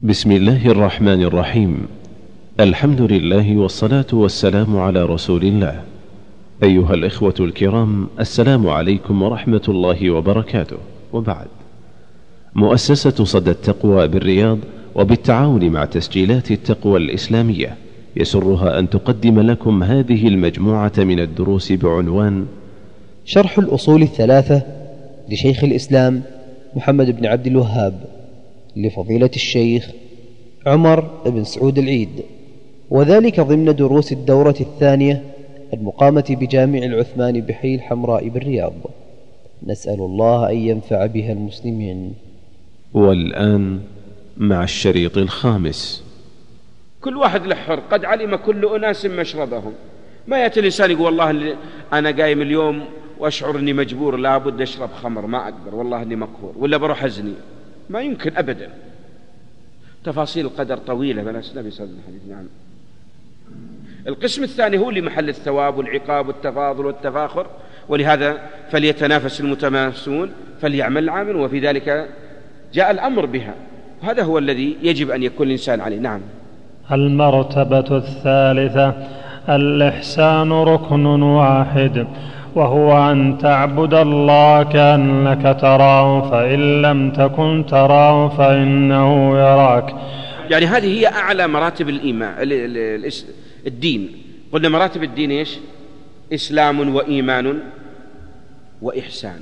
بسم الله الرحمن الرحيم. الحمد لله والصلاة والسلام على رسول الله. أيها الإخوة الكرام، السلام عليكم ورحمة الله وبركاته. وبعد، مؤسسة صدى التقوى بالرياض وبالتعاون مع تسجيلات التقوى الإسلامية يسرها أن تقدم لكم هذه المجموعة من الدروس بعنوان شرح الأصول الثلاثة لشيخ الإسلام محمد بن عبد الوهاب لفضيلة الشيخ عمر بن سعود العيد، وذلك ضمن دروس الدورة الثانية المقامة بجامع العثمان بحي الحمراء بالرياض. نسأل الله أن ينفع بها المسلمين. والآن مع الشريط الخامس. كل واحد له حر، قد علم كل أناس مشربهم. ما يأتي الإنسان يقول والله أنا قايم اليوم وأشعر أني مجبور لابد أشرب خمر، ما أقدر، والله أني مقهور، ولا بروح أزني. ما يمكن أبدا. تفاصيل القدر طويلة، بلاش نبي صلى الله عليه وسلم. نعم. القسم الثاني هو لمحل الثواب والعقاب والتفاضل والتفاخر، ولهذا فليتنافس المتنافسون، فليعمل العامل، وفي ذلك جاء الأمر بها. هذا هو الذي يجب أن يكون الإنسان عليه. نعم. المرتبة الثالثة: الإحسان ركن واحد، وهو أن تعبد الله كأنك تراه، فإن لم تكن تراه فإنه يراك. يعني هذه هي أعلى مراتب الإيمان الدين. قلنا مراتب الدين إيش؟ إسلام وإيمان وإحسان.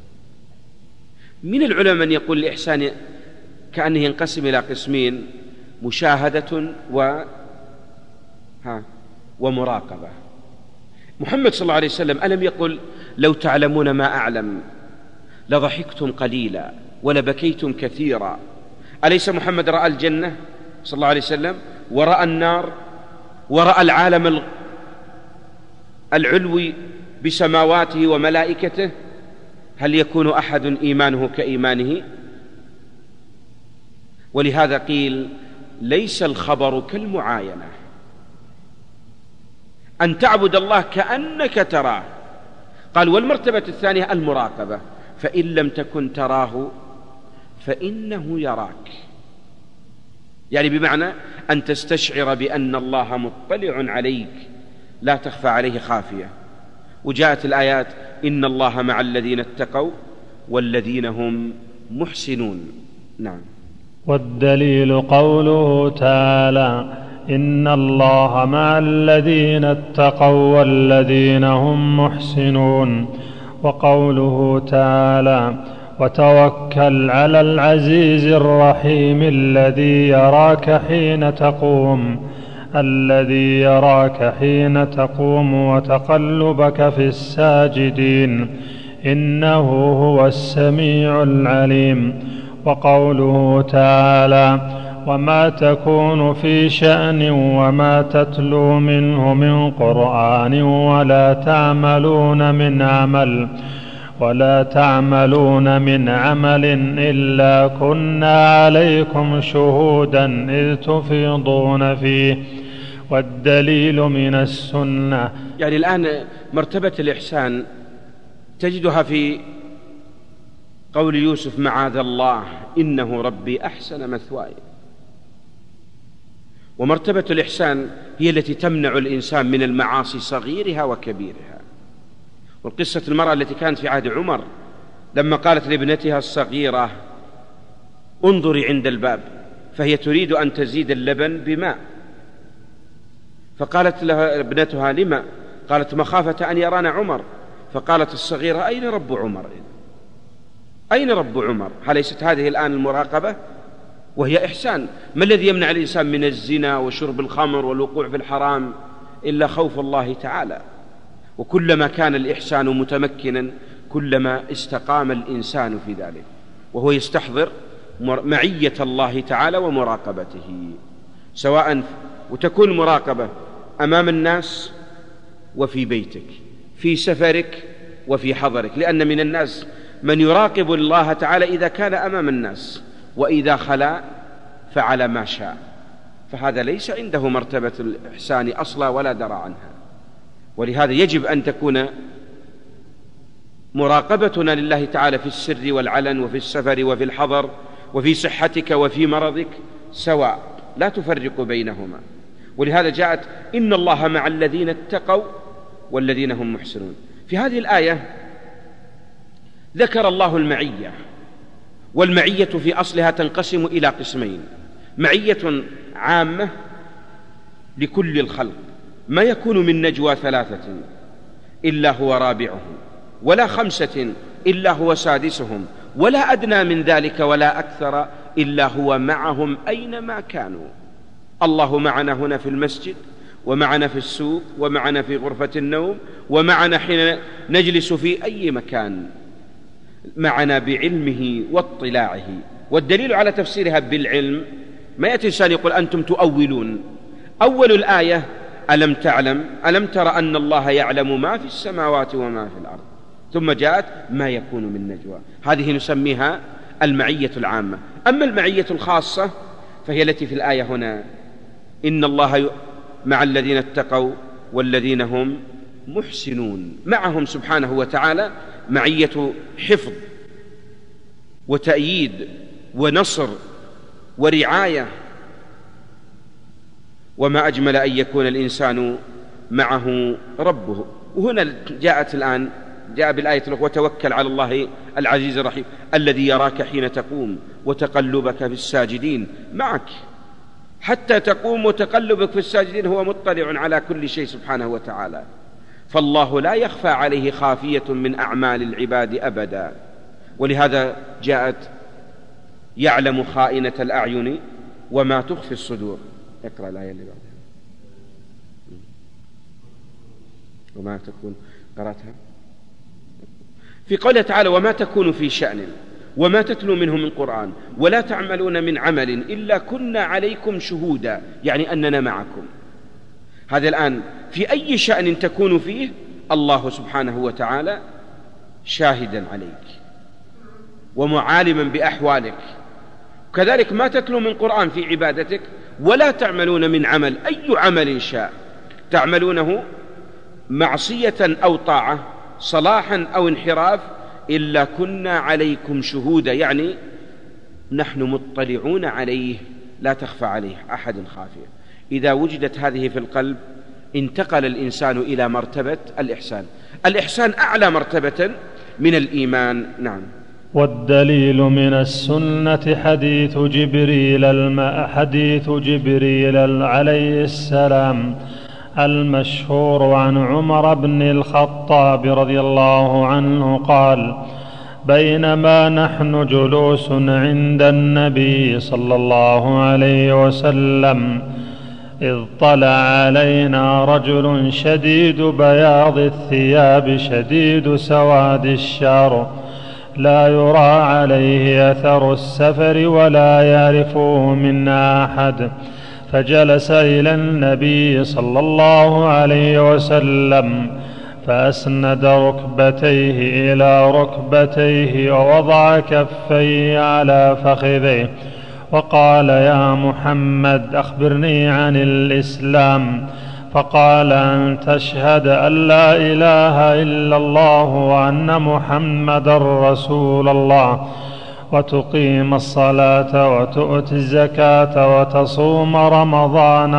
من العلماء من يقول الإحسان كأنه ينقسم إلى قسمين: مشاهدة ومراقبة. محمد صلى الله عليه وسلم ألم يقل: لو تعلمون ما أعلم لضحكتم قليلا ولبكيتم كثيرا؟ أليس محمد رأى الجنة صلى الله عليه وسلم، ورأى النار، ورأى العالم العلوي بسماواته وملائكته؟ هل يكون أحد إيمانه كإيمانه؟ ولهذا قيل: ليس الخبر كالمعاينة، أن تعبد الله كأنك تراه. قال: والمرتبة الثانية المراقبة، فإن لم تكن تراه فإنه يراك. يعني بمعنى أن تستشعر بأن الله مطلع عليك، لا تخفى عليه خافية. وجاءت الآيات: إن الله مع الذين اتقوا والذين هم محسنون. نعم. والدليل قوله تعالى: إن الله مع الذين اتقوا والذين هم محسنون. وقوله تعالى: وتوكل على العزيز الرحيم الذي يراك حين تقوم وتقلبك في الساجدين إنه هو السميع العليم. وقوله تعالى: وما تكون في شأن وما تتلو منه من قرآن ولا تعملون من عمل إلا كنا عليكم شهودا إذ تفيضون فيه. والدليل من السنة. يعني الآن مرتبة الإحسان تجدها في قول يوسف: معاذ الله إنه ربي أحسن مثواي. ومرتبة الإحسان هي التي تمنع الإنسان من المعاصي صغيرها وكبيرها. والقصة المرأة التي كانت في عهد عمر لما قالت لابنتها الصغيرة: انظري عند الباب، فهي تريد أن تزيد اللبن بماء، فقالت لها ابنتها: لما؟ قالت: مخافة أن يرانا عمر. فقالت الصغيرة: أين رب عمر؟ أين رب عمر؟ أليست هذه الآن المراقبة؟ وهي إحسان. ما الذي يمنع الإنسان من الزنا وشرب الخمر والوقوع في الحرام إلا خوف الله تعالى؟ وكلما كان الإحسان متمكنا كلما استقام الإنسان في ذلك، وهو يستحضر معية الله تعالى ومراقبته، سواء وتكون المراقبة أمام الناس وفي بيتك، في سفرك وفي حضرك، لأن من الناس من يراقب الله تعالى إذا كان أمام الناس، وإذا خلا فعل ما شاء، فهذا ليس عنده مرتبة الإحسان أصلا ولا درى عنها. ولهذا يجب أن تكون مراقبتنا لله تعالى في السر والعلن وفي السفر وفي الحضر وفي صحتك وفي مرضك سواء لا تفرق بينهما. ولهذا جاءت إن الله مع الذين اتقوا والذين هم محسنون. في هذه الآية ذكر الله المعية، والمعية في أصلها تنقسم إلى قسمين: معية عامة لكل الخلق، ما يكون من نجوى 3 إلا هو رابعهم، ولا 5 إلا هو سادسهم، ولا أدنى من ذلك ولا أكثر إلا هو معهم أينما كانوا. الله معنا هنا في المسجد، ومعنا في السوق، ومعنا في غرفة النوم، ومعنا حين نجلس في أي مكان، معنا بعلمه واطلاعه. والدليل على تفسيرها بالعلم، ما يأتي إنسان يقول أنتم تؤولون. أول الآية ألم تعلم، ألم تر أن الله يعلم ما في السماوات وما في الأرض، ثم جاءت ما يكون من نجوى. هذه نسميها المعية العامة. أما المعية الخاصة فهي التي في الآية هنا: إن الله مع الذين اتقوا والذين هم محسنون. معهم سبحانه وتعالى معية حفظ وتأييد ونصر ورعاية. وما أجمل أن يكون الإنسان معه ربه. وهنا جاءت الآن جاء بالآية وتوكل على الله العزيز الرحيم الذي يراك حين تقوم وتقلبك في الساجدين. معك حتى تقوم، وتقلبك في الساجدين هو مطلع على كل شيء سبحانه وتعالى. فالله لا يخفى عليه خافية من أعمال العباد أبدا. ولهذا جاءت يعلم خائنة الأعين وما تخفي الصدور. اقرأ الآية اللي بعدها. وما تكون قرأتها في قوله تعالى: وما تكون في شأن وما تتلو منه من قرآن ولا تعملون من عمل إلا كنا عليكم شهودا، يعني أننا معكم. هذا الآن في أي شأن تكون فيه الله سبحانه وتعالى شاهدا عليك ومعالما بأحوالك. كذلك ما تتلو من قرآن في عبادتك ولا تعملون من عمل، أي عمل شاء تعملونه، معصية أو طاعة، صلاحا أو انحراف، إلا كنا عليكم شهودا، يعني نحن مطلعون عليه لا تخفى عليه أحد خافية. إذا وجدت هذه في القلب انتقل الإنسان إلى مرتبة الإحسان. الإحسان أعلى مرتبة من الإيمان. نعم. والدليل من السنة حديث جبريل عليه السلام المشهور عن عمر بن الخطاب رضي الله عنه قال: بينما نحن جلوس عند النبي صلى الله عليه وسلم إذ طلع علينا رجل شديد بياض الثياب شديد سواد الشعر لا يرى عليه أثر السفر ولا يعرفه منا أحد، فجلس إلى النبي صلى الله عليه وسلم فأسند ركبتيه إلى ركبتيه ووضع كفيه على فخذيه وقال: يا محمد أخبرني عن الإسلام. فقال: أن تشهد أن لا إله إلا الله وأن محمدا رسول الله، وتقيم الصلاة وتؤتي الزكاة وتصوم رمضان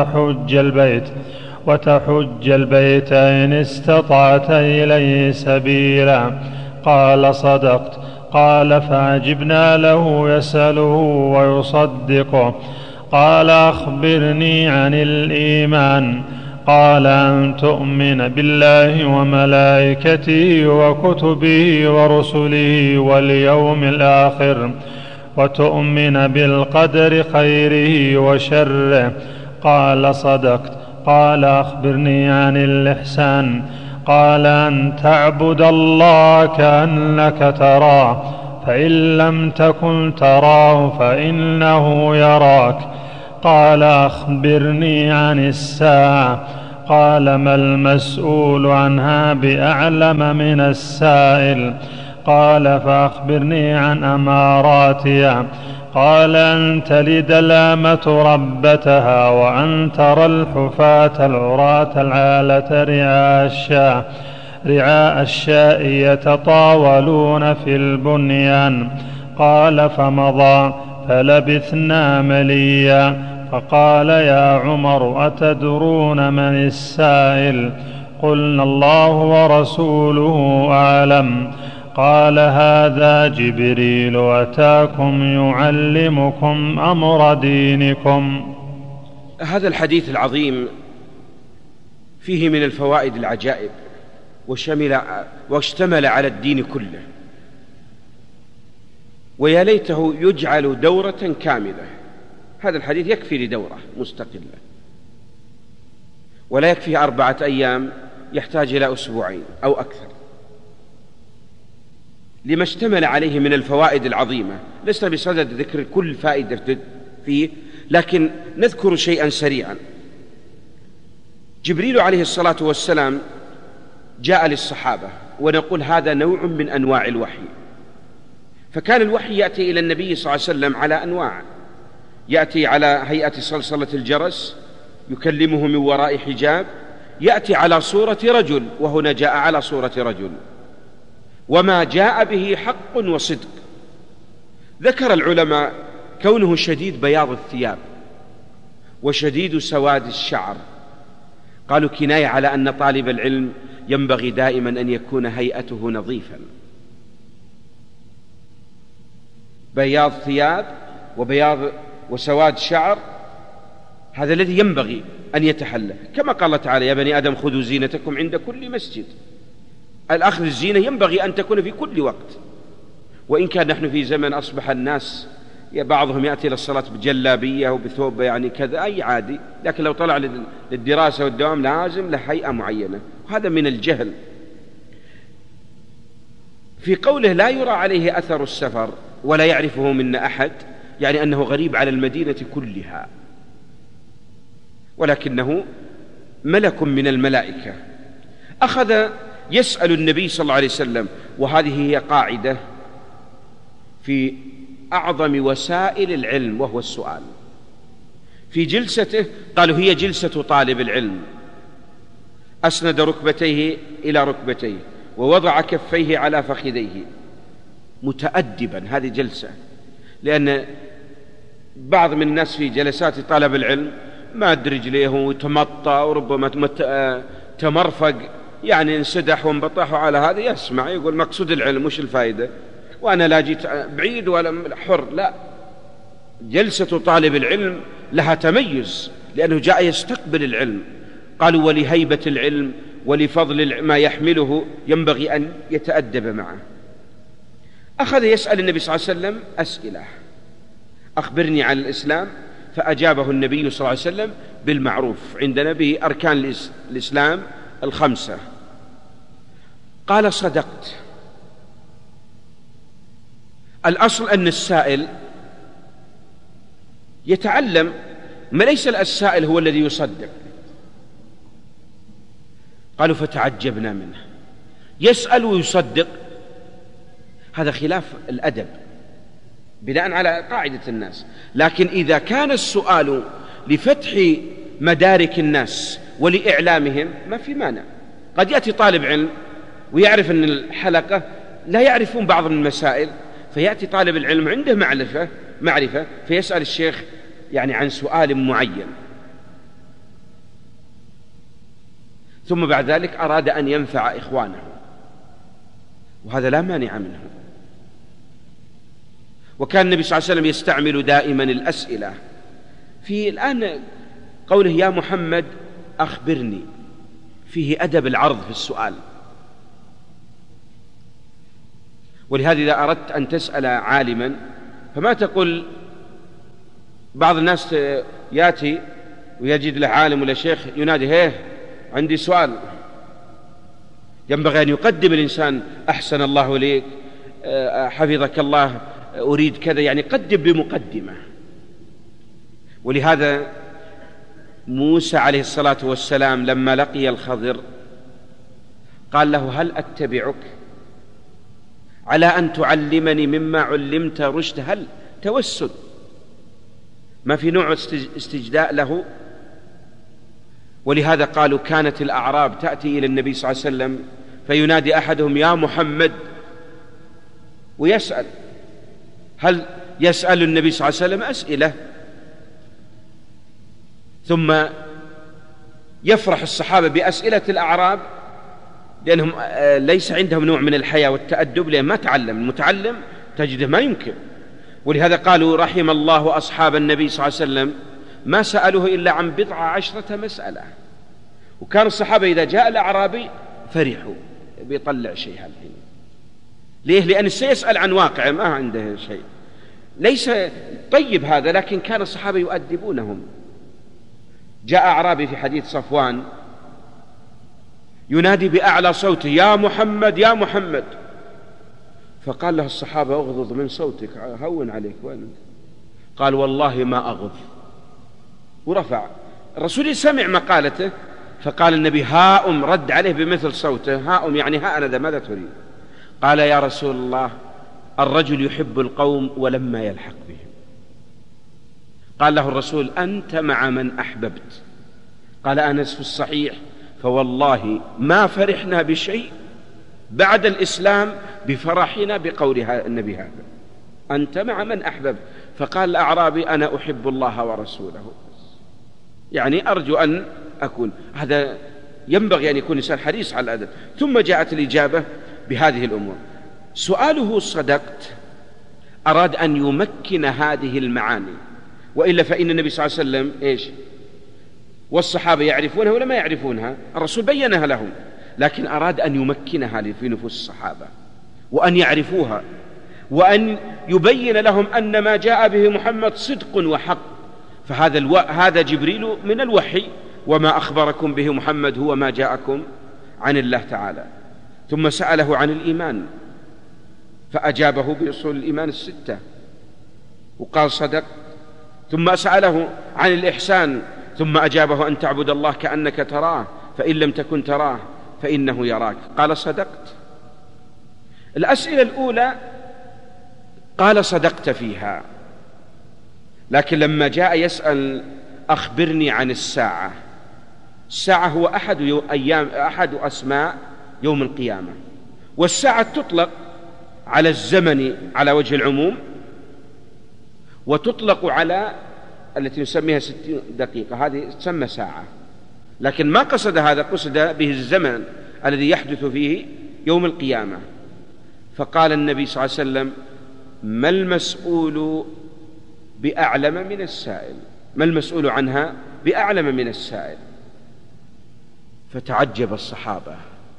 وتحج البيت إن استطعت إليه سبيلا. قال: صدقت. قال: فعجبنا له يسأله ويصدقه. قال: أخبرني عن الإيمان. قال: أن تؤمن بالله وملائكته وكتبه ورسله واليوم الآخر، وتؤمن بالقدر خيره وشره. قال: صدقت. قال: أخبرني عن الإحسان. قال: أن تعبد الله كأنك تراه، فإن لم تكن تراه فإنه يراك. قال: أخبرني عن الساعة. قال: ما المسؤول عنها بأعلم من السائل. قال: فأخبرني عن أماراتها. قال: أن تلد الأمة ربتها، وأن ترى الحفاة العراة العالة رعاء الشاء يتطاولون في البنيان. قال: فمضى فلبثنا مليا. فقال يا عمر أتدرون من السائل؟ قلنا الله ورسوله أعلم. قال هذا جبريل أتاكم يعلمكم أمر دينكم. هذا الحديث العظيم فيه من الفوائد العجائب، واشتمل على الدين كله، ويا ليته يجعل دورة كاملة. هذا الحديث يكفي لدورة مستقلة، ولا يكفي 4 أيام، يحتاج إلى 2 أسبوع أو أكثر، لما اشتمل عليه من الفوائد العظيمة. لسنا بصدد ذكر كل فائدة فيه، لكن نذكر شيئا سريعا. جبريل عليه الصلاة والسلام جاء للصحابة، ونقول هذا نوع من أنواع الوحي. فكان الوحي يأتي إلى النبي صلى الله عليه وسلم على أنواع، يأتي على هيئة صلصلة الجرس يكلمه من وراء حجاب، يأتي على صورة رجل، وهنا جاء على صورة رجل، وما جاء به حق وصدق. ذكر العلماء كونه شديد بياض الثياب وشديد سواد الشعر، قالوا كناية على أن طالب العلم ينبغي دائما أن يكون هيئته نظيفا. بياض ثياب وبياض وسواد شعر، هذا الذي ينبغي أن يتحلى، كما قال الله تعالى يا بني آدم خذوا زينتكم عند كل مسجد. الأخذ الزينة ينبغي أن تكون في كل وقت، وإن كان نحن في زمن أصبح الناس بعضهم يأتي للصلاة بجلابية وبثوب يعني كذا أي عادي، لكن لو طلع للدراسة والدوام لازم له هيئة معينة، وهذا من الجهل. في قوله لا يرى عليه أثر السفر ولا يعرفه منا أحد، يعني أنه غريب على المدينة كلها، ولكنه ملك من الملائكة. أخذ يسأل النبي صلى الله عليه وسلم، وهذه هي قاعدة في أعظم وسائل العلم وهو السؤال. في جلسته قالوا هي جلسة طالب العلم، أسند ركبتيه إلى ركبتيه ووضع كفيه على فخذيه متأدبا. هذه جلسة، لأن بعض من الناس في جلسات طالب العلم ماد رجليه وتمطى وربما تمرفق، يعني انسدح وانبطح على هذا، يسمع يقول مقصود العلم وش الفائدة، وأنا لا جيت بعيد ولا حر. لا، جلسة طالب العلم لها تميز، لأنه جاء يستقبل العلم. قالوا ولهيبة العلم ولفضل ما يحمله ينبغي أن يتأدب معه. أخذ يسأل النبي صلى الله عليه وسلم أسئلة، أخبرني عن الإسلام، فأجابه النبي صلى الله عليه وسلم بالمعروف عندنا به أركان الإسلام 5. قال صدقت. الأصل أن السائل يتعلم، ما ليس السائل هو الذي يصدق. قالوا فتعجبنا منه، يسأل ويصدق، هذا خلاف الأدب بناء على قاعدة الناس. لكن إذا كان السؤال لفتح مدارك الناس ولإعلامهم ما في مانع. قد يأتي طالب علم ويعرف أن الحلقة لا يعرفون بعض من المسائل، فيأتي طالب العلم عنده معرفة فيسأل الشيخ يعني عن سؤال معين، ثم بعد ذلك أراد أن ينفع إخوانه، وهذا لا مانع منه. وكان النبي صلى الله عليه وسلم يستعمل دائما الأسئلة. في الآن قوله يا محمد أخبرني، فيه أدب العرض في السؤال. ولهذا إذا أردت أن تسأل عالما فما تقول، بعض الناس يأتي ويجد له عالم ولا شيخ ينادي هيه عندي سؤال. ينبغي أن يقدم الإنسان أحسن الله إليك، حفظك الله، أريد كذا، يعني قدم بمقدمة. ولهذا موسى عليه الصلاة والسلام لما لقي الخضر قال له هل أتبعك على أن تعلمني مما علمت رشد؟ هل توسل، ما في نوع استجداء له. ولهذا قالوا كانت الأعراب تأتي إلى النبي صلى الله عليه وسلم فينادي أحدهم يا محمد، ويسأل هل يسأل النبي صلى الله عليه وسلم أسئلة، ثم يفرح الصحابة بأسئلة الأعراب لأنهم ليس عندهم نوع من الحياة والتأدب، لأن ما تعلم. المتعلم تجده ما يمكن. ولهذا قالوا رحم الله أصحاب النبي صلى الله عليه وسلم ما سألوه إلا عن 10 مسألة. وكان الصحابة إذا جاء الأعرابي فرحوا بيطلع شيء هالحين. ليه؟ لأن سيسأل عن واقع ما عنده شيء، ليس طيب هذا، لكن كان الصحابة يؤدبونهم. جاء أعرابي في حديث صفوان ينادي بأعلى صوته يا محمد يا محمد، فقال له الصحابة اغضض من صوتك، هون عليك، وين؟ قال والله ما أغض، ورفع. الرسول سمع مقالته، فقال النبي هاؤم، رد عليه بمثل صوته، هاؤم يعني ها أنا ذا ماذا تريد؟ قال يا رسول الله الرجل يحب القوم ولما يلحق بهم. قال له الرسول أنت مع من أحببت. قال أنس في الصحيح فوالله ما فرحنا بشيء بعد الإسلام بفرحنا بقول النبي هذا، أنت مع من أحببت. فقال الأعرابي أنا أحب الله ورسوله، يعني أرجو أن أكون. هذا ينبغي أن يكون إنسان حريص على الأدب. ثم جاءت الإجابة بهذه الأمور. سؤاله صدقت أراد أن يمكن هذه المعاني، وإلا فإن النبي صلى الله عليه وسلم إيش؟ والصحابة يعرفونها ولا ما يعرفونها؟ الرسول بينها لهم، لكن أراد أن يمكنها في نفوس الصحابة وأن يعرفوها، وأن يبين لهم أن ما جاء به محمد صدق وحق. هذا جبريل من الوحي، وما أخبركم به محمد هو ما جاءكم عن الله تعالى. ثم سأله عن الإيمان فأجابه بأصول الإيمان 6 وقال صدق. ثم سأله عن الإحسان ثم أجابه أن تعبد الله كأنك تراه فإن لم تكن تراه فإنه يراك، قال صدقت. الأسئلة الأولى قال صدقت فيها، لكن لما جاء يسأل أخبرني عن الساعة، الساعة هو أحد أسماء يوم القيامة، والساعة تطلق على الزمن على وجه العموم، وتطلق على التي نسميها 60 دقيقة، هذه تسمى ساعة. لكن ما قصد هذا، قصد به الزمن الذي يحدث فيه يوم القيامة. فقال النبي صلى الله عليه وسلم ما المسؤول بأعلم من السائل، ما المسؤول عنها بأعلم من السائل. فتعجب الصحابة،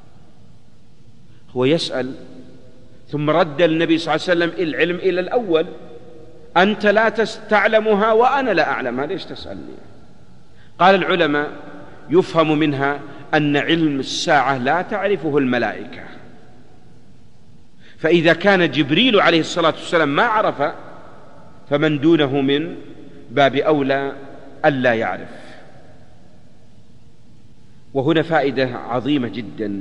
هو يسأل ثم رد النبي صلى الله عليه وسلم العلم إلى الأول، أنت لا تعلمها وأنا لا أعلمها، ليش تسألني؟ قال العلماء يفهم منها أن علم الساعة لا تعرفه الملائكة، فإذا كان جبريل عليه الصلاة والسلام ما عرف فمن دونه من باب أولى ألا يعرف. وهنا فائدة عظيمة جدا،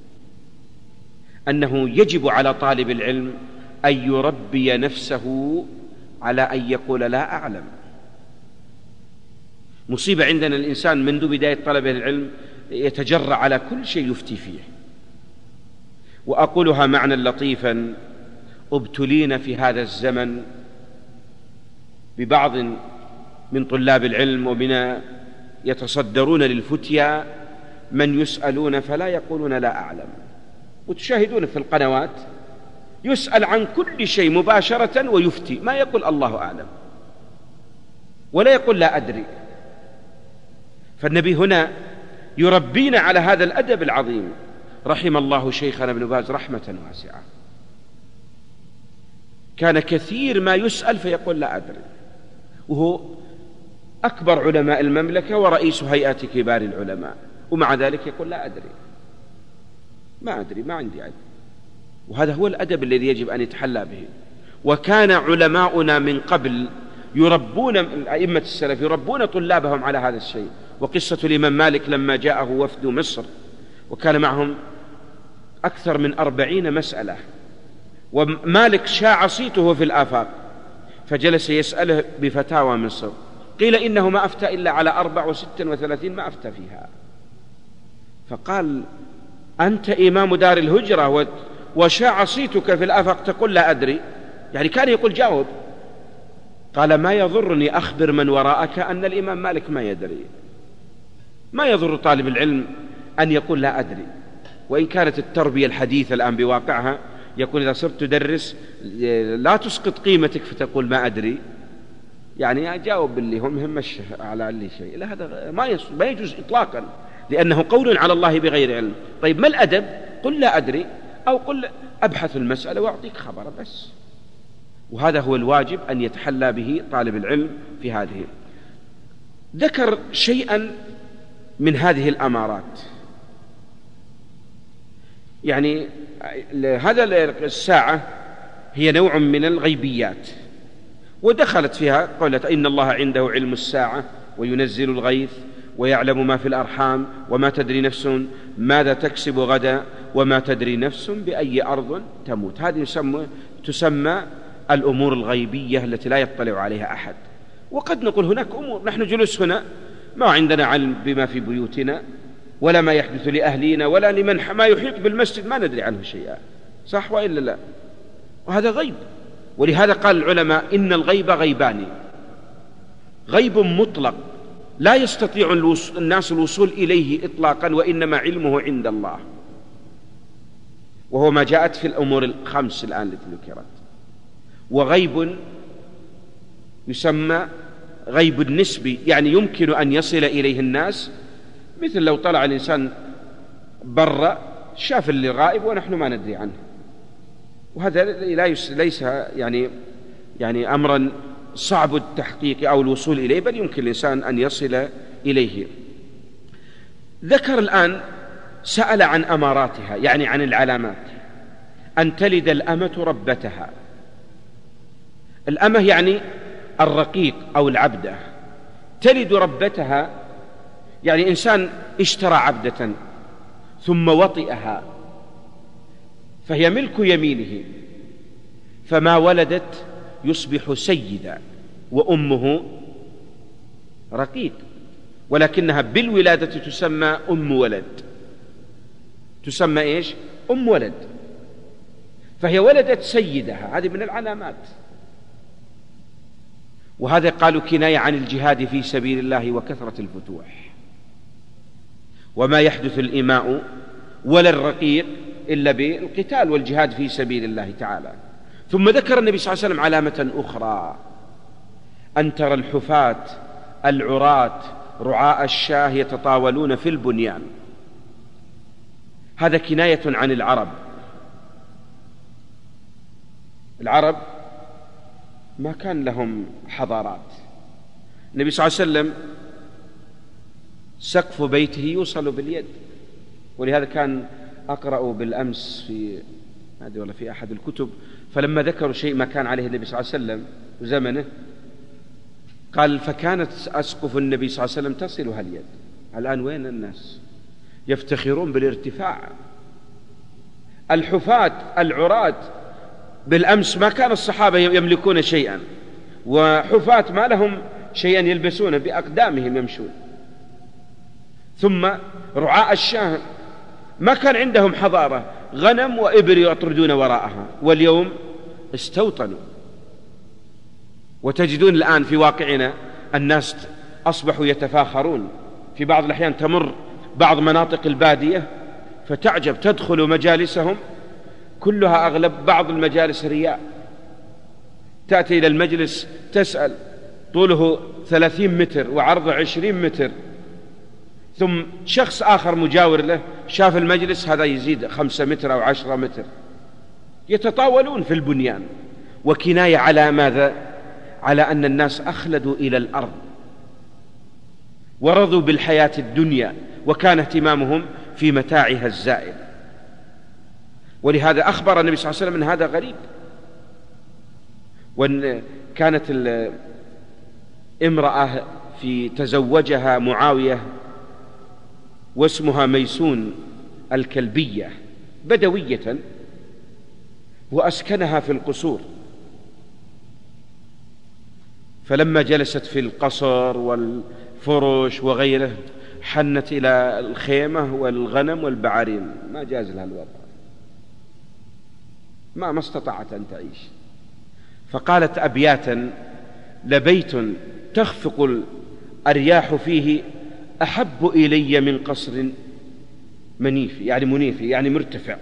أنه يجب على طالب العلم أن يربي نفسه على أن يقول لا أعلم. مصيبة عندنا الإنسان منذ بداية طلبه العلم يتجرأ على كل شيء يفتي فيه. وأقولها معنى لطيفا، ابتلينا في هذا الزمن ببعض من طلاب العلم ومن يتصدرون للفتيا من يسألون فلا يقولون لا أعلم، وتشاهدون في القنوات يسأل عن كل شيء مباشرة ويفتي، ما يقول الله أعلم ولا يقول لا أدري. فالنبي هنا يربينا على هذا الأدب العظيم. رحم الله شيخنا ابن باز رحمة واسعة، كان كثير ما يسأل فيقول لا أدري، وهو أكبر علماء المملكة ورئيس هيئة كبار العلماء، ومع ذلك يقول لا أدري، ما أدري، ما عندي علم. وهذا هو الأدب الذي يجب أن يتحلى به. وكان علماؤنا من قبل يربون، أئمة السلف يربون طلابهم على هذا الشيء. وقصة الإمام مالك لما جاءه وفد مصر وكان معهم أكثر من 40 مسألة، ومالك شاع صيته في الآفاق، فجلس يسأله بفتاوى مصر، قيل إنه ما أفتى إلا على 34 ما أفتى فيها. فقال أنت إمام دار الهجرة وشاع صيتك في الآفاق تقول لا أدري، يعني كان يقول جاوب، قال ما يضرني أخبر من وراءك أن الإمام مالك ما يدري. ما يضر طالب العلم أن يقول لا أدري، وإن كانت التربية الحديثة الآن بواقعها يقول إذا صرت تدرس لا تسقط قيمتك فتقول ما أدري، يعني أجاوب باللي هم همش على اللي شيء. لا، هذا ما يجوز إطلاقا، لأنه قول على الله بغير علم. طيب ما الأدب؟ قل لا أدري، أو قل أبحث المسألة وأعطيك خبر بس. وهذا هو الواجب أن يتحلى به طالب العلم في هذه. ذكر شيئا من هذه الأمارات، يعني هذا الساعة هي نوع من الغيبيات، ودخلت فيها قولت إن الله عنده علم الساعة وينزل الغيث ويعلم ما في الأرحام وما تدري نفس ماذا تكسب غدا وما تدري نفس بأي أرض تموت. هذه تسمى الأمور الغيبية التي لا يطلع عليها أحد. وقد نقول هناك أمور نحن جلوس هنا ما عندنا علم بما في بيوتنا ولا ما يحدث لأهلينا ولا لمن ما يحيط بالمسجد ما ندري عنه شيئا، صح وإلا لا؟ وهذا غيب. ولهذا قال العلماء إن الغيب غيبان: غيب مطلق لا يستطيع الناس الوصول إليه إطلاقا وإنما علمه عند الله، وهو ما جاءت في الأمور الخمس الآن التي ذكرت. وغيب يسمى غيب النسبي، يعني يمكن أن يصل إليه الناس، مثل لو طلع الإنسان برا شاف اللي غائب ونحن ما ندري عنه، وهذا ليس يعني أمرا صعب التحقيق أو الوصول إليه، بل يمكن الإنسان أن يصل إليه. ذكر الآن سأل عن أماراتها، يعني عن العلامات. أن تلد الأمة ربتها. الأمة يعني الرقيق أو العبدة، تلد ربتها يعني إنسان اشترى عبدة ثم وطئها فهي ملك يمينه، فما ولدت يصبح سيدا وأمه رقيق، ولكنها بالولادة تسمى أم ولد. تسمى إيش؟ أم ولد. فهي ولدت سيدها، هذه من العلامات. وهذا قالوا كناية عن الجهاد في سبيل الله وكثرة الفتوح. وما يحدث الإماء ولا الرقيق إلا بالقتال والجهاد في سبيل الله تعالى. ثم ذكر النبي صلى الله عليه وسلم علامة أخرى: أن ترى الحفاة العراة رعاء الشاه يتطاولون في البنيان. هذا كناية عن العرب. العرب ما كان لهم حضارات. النبي صلى الله عليه وسلم سقف بيته يوصل باليد، ولهذا كان أقرأ بالأمس في هذه ولا في أحد الكتب، فلما ذكروا شيء ما كان عليه النبي صلى الله عليه وسلم وزمنه قال: فكانت أسقف النبي صلى الله عليه وسلم تصلها اليد. الآن وين الناس يفتخرون بالارتفاع؟ الحفاة العراة بالأمس ما كان الصحابة يملكون شيئا، وحفاة ما لهم شيئا يلبسونه، بأقدامهم يمشون. ثم رعاء الشاه ما كان عندهم حضارة، غنم وإبل يطردون وراءها، واليوم استوطنوا. وتجدون الآن في واقعنا الناس أصبحوا يتفاخرون. في بعض الأحيان تمر بعض مناطق البادية فتعجب، تدخل مجالسهم كلها أغلب بعض المجالس رياء. تأتي إلى المجلس تسأل، طوله 30 متر وعرضه 20 متر، ثم شخص آخر مجاور له شاف المجلس هذا يزيد 5 متر أو 10 متر، يتطاولون في البنيان. وكناية على ماذا؟ على أن الناس أخلدوا إلى الأرض ورضوا بالحياة الدنيا، وكان اهتمامهم في متاعها الزائل. ولهذا أخبر النبي صلى الله عليه وسلم أن هذا غريب. وأن كانت امرأة في تزوجها معاوية واسمها ميسون الكلبية، بدوية، وأسكنها في القصور. فلما جلست في القصر والفرش وغيره حنت إلى الخيمة والغنم والبعارين، ما جاز لها الوضع، ما استطاعت أن تعيش. فقالت أبياتا لبيت تخفق الرياح فيه أحب إلي من قصر منيف، يعني منيف يعني مرتفع،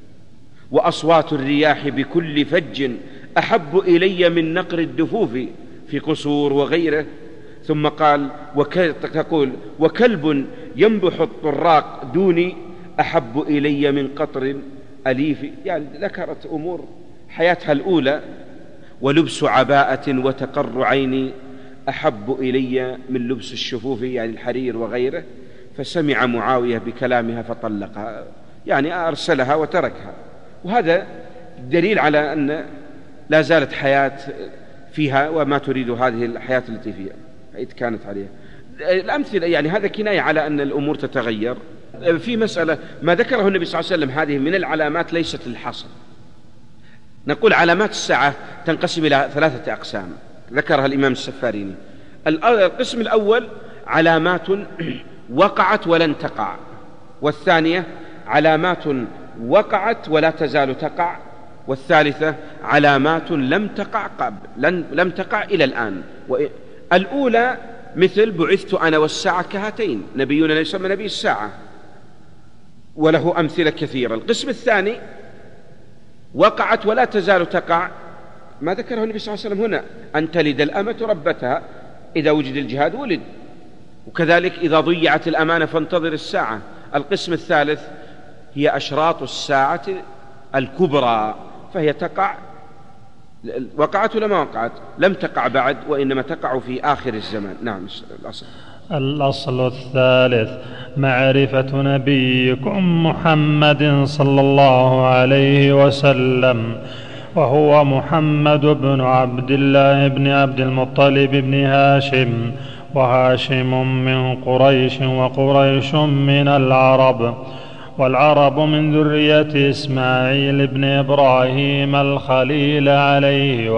وأصوات الرياح بكل فج أحب إلي من نقر الدفوف في قصور وغيره. ثم قال تقول وكلب ينبح الطراق دوني أحب إلي من قطر أليف. يعني ذكرت أمور حياتها الأولى. ولبس عباءة وتقر عيني أحب إلي من لبس الشفوف، يعني الحرير وغيره. فسمع معاوية بكلامها فطلقها، يعني أرسلها وتركها. وهذا دليل على أن لا زالت حياة فيها وما تريد هذه الحياة التي فيها كانت عليها. الأمثلة يعني هذا كناية على أن الأمور تتغير. في مسألة ما ذكره النبي صلى الله عليه وسلم، هذه من العلامات ليست للحصر. نقول علامات الساعة تنقسم إلى 3 أقسام ذكرها الإمام السفاريني. القسم الأول علامات وقعت ولن تقع، والثانية علامات وقعت ولا تزال تقع، والثالثة علامات لم تقع لم تقع إلى الآن. الأولى مثل بعثت أنا والساعة كهاتين، نبينا يسمى نبي الساعة وله أمثلة كثيرة. القسم الثاني وقعت ولا تزال تقع، ما ذكره النبي صلى الله عليه وسلم هنا، أن تلد الأمة ربتها، إذا وجد الجهاد ولد، وكذلك إذا ضيعت الأمانة فانتظر الساعة. القسم الثالث هي أشراط الساعة الكبرى، فهي تقع، وقعت ولا ما وقعت؟ لم تقع بعد، وإنما تقع في آخر الزمان. نعم. الأصل الثالث معرفة نبيكم محمد صلى الله عليه وسلم، وهو محمد بن عبد الله بن عبد المطلب بن هاشم، وهاشم من قريش، وقريش من العرب، والعرب من ذرية إسماعيل بن إبراهيم الخليل عليه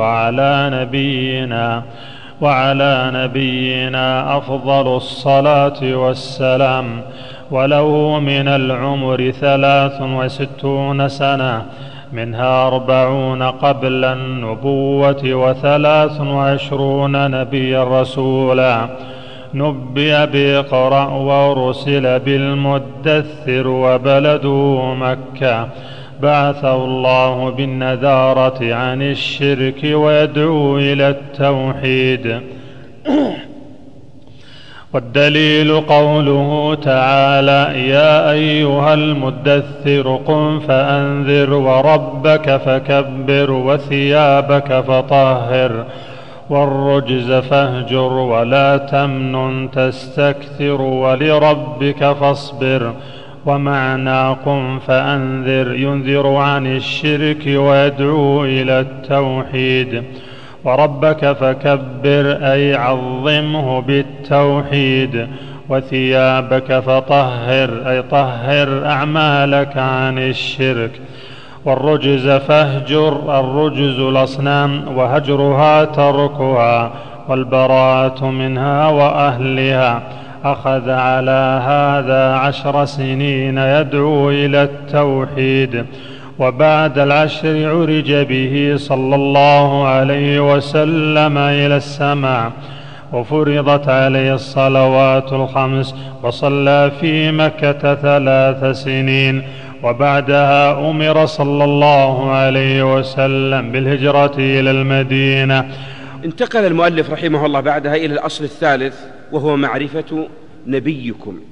وعلى نبينا أفضل الصلاة والسلام. وله من العمر 63 سنة، منها 40 قبل النبوة، و23 نبيا رسولا. نبئ بإقرأ وأرسل بالمدثر، وبلده مكة. بعثه الله بالنذارة عن الشرك ويدعو إلى التوحيد. والدليل قوله تعالى يا أيها المدثر قم فأنذر وربك فكبر وثيابك فطهر والرجز فاهجر ولا تمنن تستكثر ولربك فاصبر. ومعنى قم فأنذر ينذر عن الشرك ويدعو إلى التوحيد. وربك فكبر أي عظمه بالتوحيد. وثيابك فطهر أي طهر أعمالك عن الشرك. والرجز فاهجر الرجز الأصنام، وهجرها تركها، والبراءة منها وأهلها. أخذ على هذا 10 سنين يدعو إلى التوحيد. وبعد 10 عرج به صلى الله عليه وسلم إلى السماء، وفرضت عليه الصلوات الخمس، وصلى في مكة 3 سنين. وبعدها أمر صلى الله عليه وسلم بالهجرة إلى المدينة. انتقل المؤلف رحمه الله بعدها إلى الأصل الثالث، وهو معرفة نبيكم.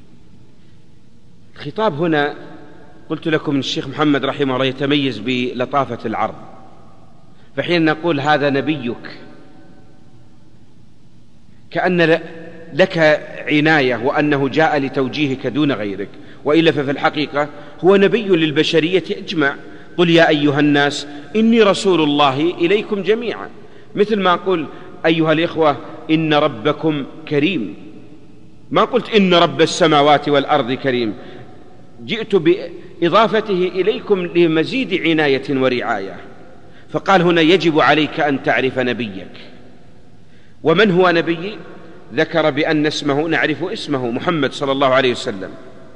الخطاب هنا قلت لكم الشيخ محمد رحمه الله يتميز بلطافة العرض، فحين نقول هذا نبيك كأن لك عناية وأنه جاء لتوجيهك دون غيرك، وإلا ففي الحقيقة هو نبي للبشرية أجمع. قل يا أيها الناس إني رسول الله إليكم جميعا، مثل ما قل أيها الإخوة إن ربكم كريم، ما قلت إن رب السماوات والأرض كريم، جئت بإضافته إليكم لمزيد عناية ورعاية. فقال هنا يجب عليك أن تعرف نبيك. ومن هو نبي؟ ذكر بأن اسمه نعرف اسمه محمد صلى الله عليه وسلم.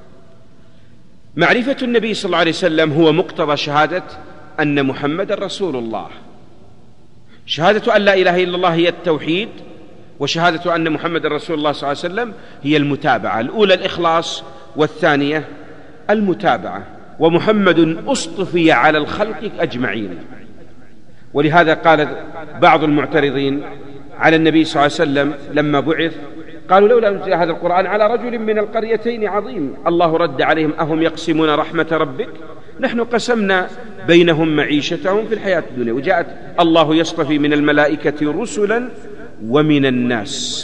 معرفة النبي صلى الله عليه وسلم هو مقتضى شهادة أن محمد رسول الله. شهادة أن لا إله إلا الله هي التوحيد، وشهادة أن محمد رسول الله صلى الله عليه وسلم هي المتابعة. الأولى الإخلاص والثانية المتابعة. ومحمد أصطفي على الخلق أجمعين. ولهذا قال بعض المعترضين على النبي صلى الله عليه وسلم لما بعث، قالوا لولا أنزل هذا القرآن على رجل من القريتين عظيم. الله رد عليهم: أهم يقسمون رحمة ربك؟ نحن قسمنا بينهم معيشتهم في الحياة الدنيا. وجاءت: الله يصطفي من الملائكة رسلا ومن الناس.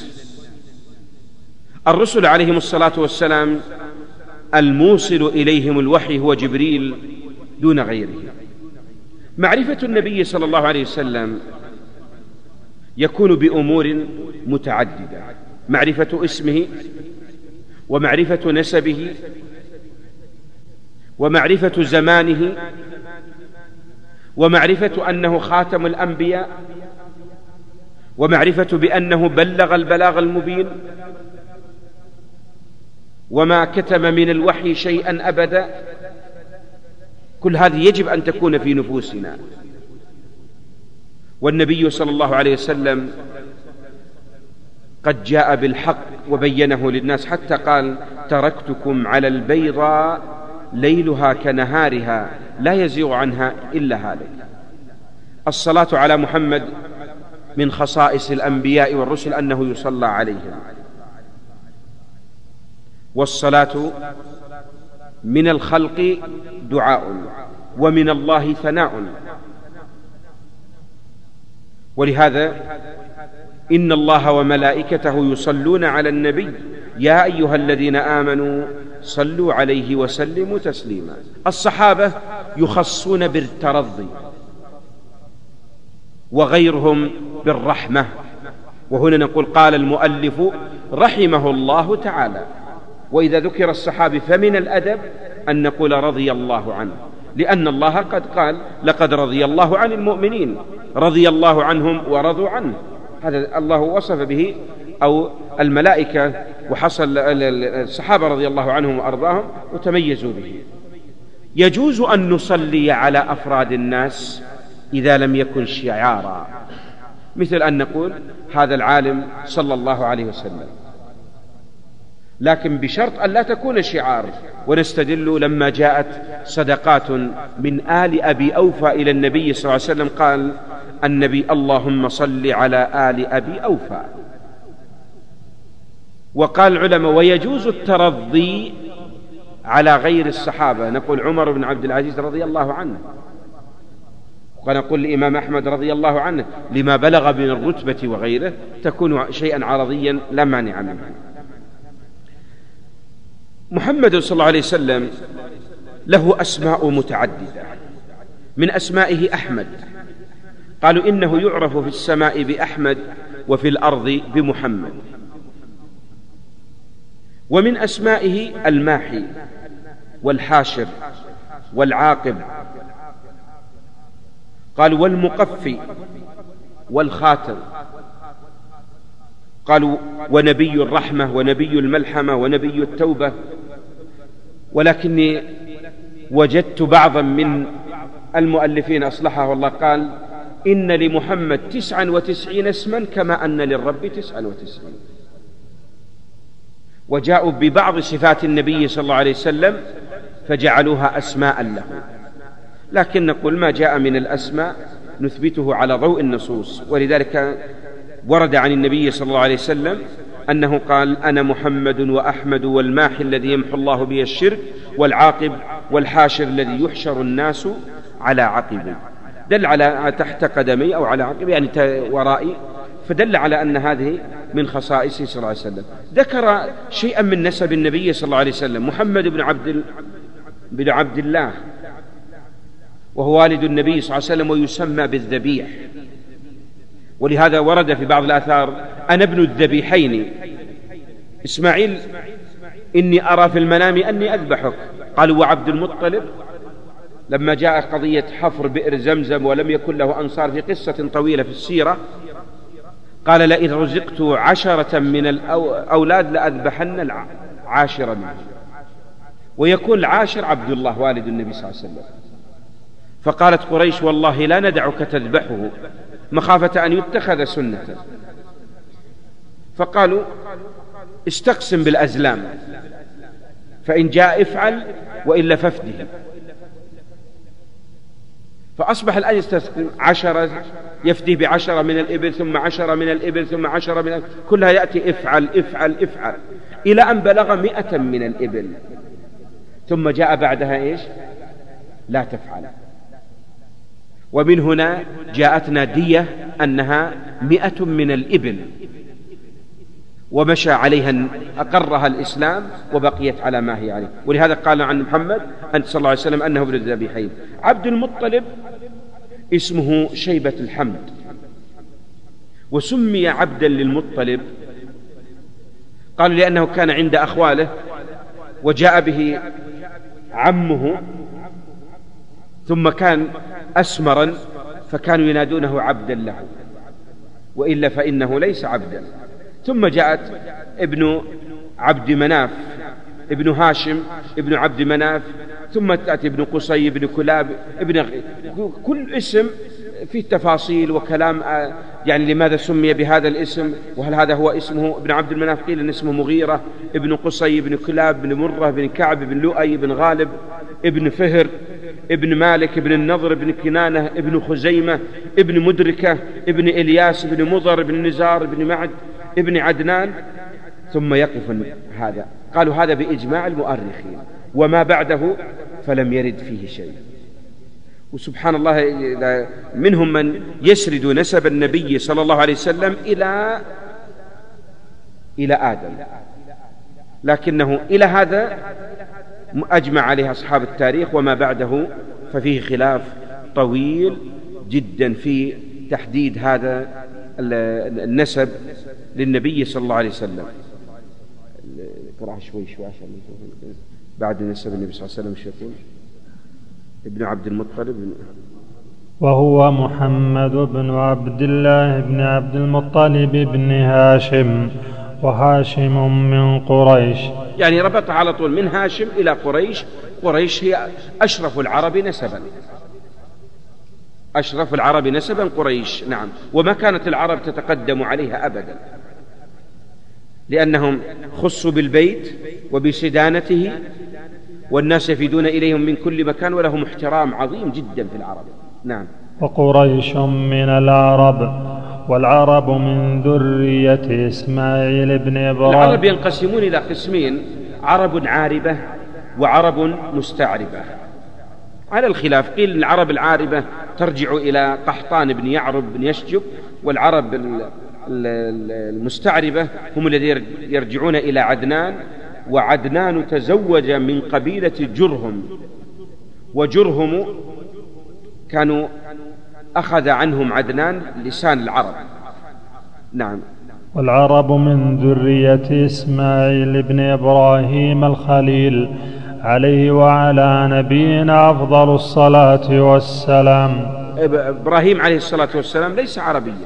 الرسل عليهم الصلاة والسلام الموصل إليهم الوحي هو جبريل دون غيره. معرفة النبي صلى الله عليه وسلم يكون بأمور متعددة: معرفة اسمه، ومعرفة نسبه، ومعرفة زمانه، ومعرفة أنه خاتم الأنبياء، ومعرفة بأنه بلغ البلاغ المبين، وما كتم من الوحي شيئا أبدا. كل هذه يجب أن تكون في نفوسنا. والنبي صلى الله عليه وسلم قد جاء بالحق وبينه للناس، حتى قال: تركتكم على البيضاء ليلها كنهارها لا يزيغ عنها إلا هالك. الصلاة على محمد من خصائص الأنبياء والرسل أنه يصلى عليهم، والصلاة من الخلق دعاء، ومن الله ثناء. ولهذا إن الله وملائكته يصلون على النبي يا أيها الذين آمنوا صلوا عليه وسلموا تسليما. الصحابة يخصون بالترضي، وغيرهم بالرحمة. وهنا نقول: قال المؤلف رحمه الله تعالى. وإذا ذكر الصحابي فمن الأدب أن نقول رضي الله عنه، لأن الله قد قال: لقد رضي الله عن المؤمنين، رضي الله عنهم ورضوا عنه. هذا الله وصف به أو الملائكة، وحصل الصحابة رضي الله عنهم وأرضاهم وتميزوا به. يجوز أن نصلي على أفراد الناس إذا لم يكن شعارا، مثل أن نقول: هذا العالم صلى الله عليه وسلم، لكن بشرط أن لا تكون شعار. ونستدل لما جاءت صدقات من آل أبي أوفى إلى النبي صلى الله عليه وسلم، قال النبي: اللهم صل على آل أبي أوفى. وقال العلماء: ويجوز الترضي على غير الصحابة. نقول عمر بن عبد العزيز رضي الله عنه، ونقول الإمام أحمد رضي الله عنه، لما بلغ من الرتبة وغيره تكون شيئا عرضيا لا مانع منه. محمد صلى الله عليه وسلم له أسماء متعددة. من أسمائه أحمد، قالوا إنه يعرف في السماء بأحمد وفي الأرض بمحمد. ومن أسمائه الماحي والحاشر والعاقب، قالوا والمقفي والخاتم، قالوا ونبي الرحمة ونبي الملحمة ونبي التوبة. ولكني وجدت بعضا من المؤلفين أصلحه الله قال: إن لمحمد 99 اسما كما أن للرب 99. وجاءوا ببعض صفات النبي صلى الله عليه وسلم فجعلوها أسماء له. لكن نقول ما جاء من الأسماء نثبته على ضوء النصوص. ولذلك ورد عن النبي صلى الله عليه وسلم أنه قال: أنا محمد وأحمد والماحي الذي يمحو الله به الشرك والعاقب والحاشر الذي يحشر الناس على عقبه. دل على تحت قدمي أو على عقبي، يعني ورائي، فدل على أن هذه من خصائصه صلى الله عليه وسلم. ذكر شيئا من نسب النبي صلى الله عليه وسلم: محمد بن عبد الله، وهو والد النبي صلى الله عليه وسلم، ويسمى بالذبيح. ولهذا ورد في بعض الآثار: أنا ابن الذبيحين. إسماعيل: إني أرى في المنام أني أذبحك. قالوا: وعبد المطلب لما جاء قضية حفر بئر زمزم ولم يكن له أنصار في قصة طويلة في السيرة، قال: لئن رزقت 10 من الأولاد لأذبحن 10 منهم. ويكون العاشر عبد الله والد النبي صلى الله عليه وسلم. فقالت قريش: والله لا ندعك تذبحه مخافة أن يتخذ سنة، فقالوا استقسم بالأزلام، فإن جاء افعل وإلا فافده. فأصبح الآن يستقسم 10، يفدي ب10 من الإبل، ثم 10 من الإبل، ثم 10 من الإبل، كلها يأتي افعل افعل افعل، إلى أن بلغ 100 من الإبل، ثم جاء بعدها إيش؟ لا تفعل. ومن هنا جاءتنا دية أنها 100 من الإبل، ومشى عليها، أقرها الإسلام وبقيت على ما هي عليه. ولهذا قال عن محمد صلى الله عليه وسلم أنه ابن الذبيحين. عبد المطلب اسمه شيبة الحمد، وسمي عبدا للمطلب قالوا لأنه كان عند أخواله وجاء به عمه، ثم كان أسمرا فكانوا ينادونه عبدا له، وإلا فإنه ليس عبدا. ثم جاءت ابن عبد مناف، ابن هاشم ابن عبد مناف، ثم تأتي ابن قصي، ابن كلاب، كل اسم فيه تفاصيل وكلام، يعني لماذا سمي بهذا الاسم، وهل هذا هو اسمه. ابن عبد المناف قيل ان اسمه مغيرة، ابن قصي، ابن كلاب، ابن مرة، ابن كعب، ابن لؤي، ابن غالب، ابن فهر، ابن مالك، ابن النضر، ابن كنانة، ابن خزيمة، ابن مدركة، ابن إلياس، ابن مضر، ابن نزار، ابن معد، ابن عدنان. ثم يقف هذا، قالوا هذا بإجماع المؤرخين، وما بعده فلم يرد فيه شيء. وسبحان الله، منهم من يسرد نسب النبي صلى الله عليه وسلم إلى آدم، لكنه إلى هذا أجمع عليه أصحاب التاريخ، وما بعده ففيه خلاف طويل جدا في تحديد هذا النسب للنبي صلى الله عليه وسلم. قرأ شوي عشان بعد نسب النبي صلى الله عليه وسلم يقول ابن عبد المطلب، وهو محمد بن عبد الله بن عبد المطلب بن هاشم، وهاشم من قريش. يعني ربط على طول من هاشم إلى قريش. قريش هي أشرف العرب نسبا، أشرف العرب نسبا قريش، نعم. وما كانت العرب تتقدم عليها أبدا، لأنهم خصوا بالبيت وبسدانته، والناس يفيدون إليهم من كل مكان، ولهم احترام عظيم جدا في العرب، نعم. وقريش من العرب، والعرب من ذرية إسماعيل بن إبراهيم. العرب ينقسمون إلى قسمين: عرب عاربة وعرب مستعربة، على الخلاف. قيل العرب العاربة ترجع إلى قحطان بن يعرب بن يشجب، والعرب المستعربة هم الذين يرجعون إلى عدنان، وعدنان تزوج من قبيلة جرهم، وجرهم كانوا أخذ عنهم عدنان لسان العرب، نعم. والعرب من ذرية إسماعيل بن إبراهيم الخليل عليه وعلى نبينا أفضل الصلاة والسلام. إبراهيم عليه الصلاة والسلام ليس عربيا،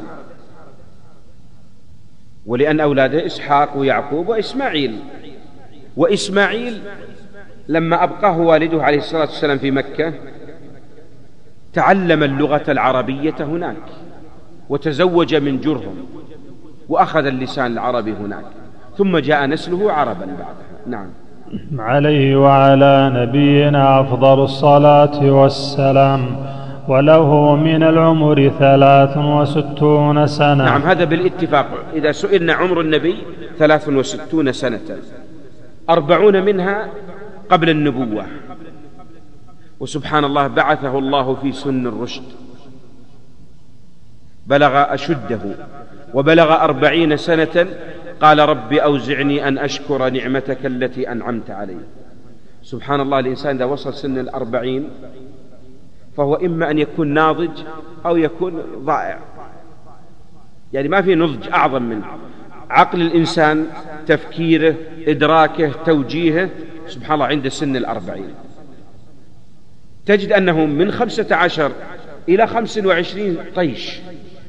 ولأن أولاده إسحاق ويعقوب وإسماعيل. وإسماعيل لما أبقاه والده عليه الصلاة والسلام في مكة تعلم اللغة العربية هناك، وتزوج من جرهم، وأخذ اللسان العربي هناك، ثم جاء نسله عربا بعدها، نعم. عليه وعلى نبينا أفضل الصلاة والسلام، وله من العمر 63 سنة. نعم، هذا بالاتفاق. إذا سئلنا عمر النبي 63 سنة، 40 منها قبل النبوة. وسبحان الله، بعثه الله في سن الرشد، بلغ أشده وبلغ 40 سنة. قال رب أوزعني أن أشكر نعمتك التي أنعمت علي. سبحان الله، الإنسان إذا وصل سن 40 فهو إما أن يكون ناضج أو يكون ضائع، يعني ما في نضج أعظم منه. عقل الإنسان، تفكيره، إدراكه، توجيهه، سبحان الله عند سن 40 تجد أنه من 15 إلى 25 طيش،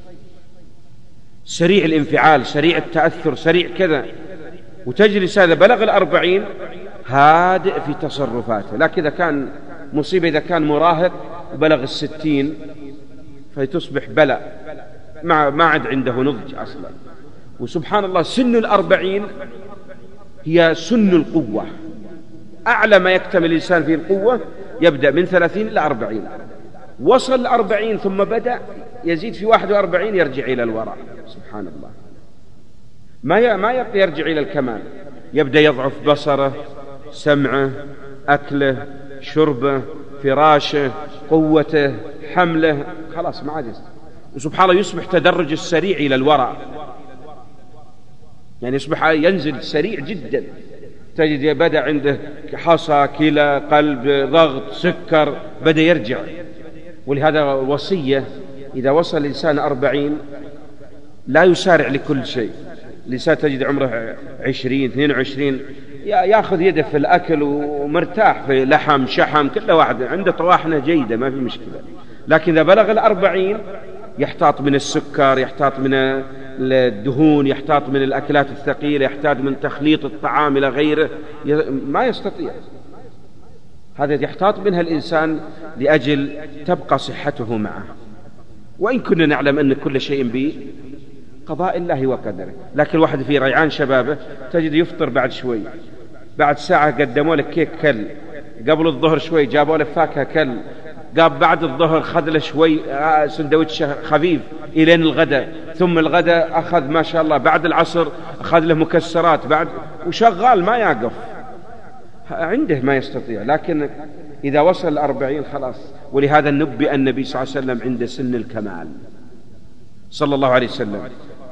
سريع الانفعال، سريع التأثر، سريع كذا. وتجلس هذا بلغ 40 هادئ في تصرفاته. لكن إذا كان مصيبة، إذا كان مراهق وبلغ 60 فتصبح بلاء، ما عاد عنده نضج أصلا. وسبحان الله سن 40 هي سن القوة، أعلى ما يكتمل الإنسان في القوة يبدأ من 30 إلى 40. وصل 40 ثم بدأ يزيد في 41 يرجع إلى الوراء. سبحان الله، ما يرجع إلى الكمال، يبدأ يضعف بصره، سمعه، أكله، شربه، فراشه، قوته، حمله، خلاص ما عاد. وسبحان الله يصبح تدرج السريع إلى الوراء، يعني يصبح ينزل سريع جدا. تجد بدأ عنده حصى، كلى، قلب، ضغط، سكر، بدأ يرجع. ولهذا وصية إذا وصل الإنسان 40 لا يسارع لكل شيء. الإنسان تجد عمره 20 22 يأخذ يده في الأكل ومرتاح في لحم شحم، كل واحد عنده طواحنة جيدة ما في مشكلة. لكن إذا بلغ 40 يحتاط من السكر، يحتاط من الدهون، يحتاط من الأكلات الثقيلة، يحتاج من تخليط الطعام إلى غيره، ما يستطيع. هذا يحتاط منها الإنسان لأجل تبقى صحته معه. وإن كنا نعلم أن كل شيء بقضاء الله وقدره، لكن الواحد في ريعان شبابه تجد يفطر بعد شوي، بعد ساعة قدموا لك كيك كل، قبل الظهر شوي جابوا له فاكهة كل، قام بعد الظهر خذ له شوي سندويتش خفيف إلين الغداء، ثم الغداء أخذ ما شاء الله بعد العصر أخذ له مكسرات بعد، وشغال ما يقف، عنده ما يستطيع. لكن إذا وصل 40 خلاص. ولهذا نبئ النبي صلى الله عليه وسلم عند سن الكمال صلى الله عليه وسلم،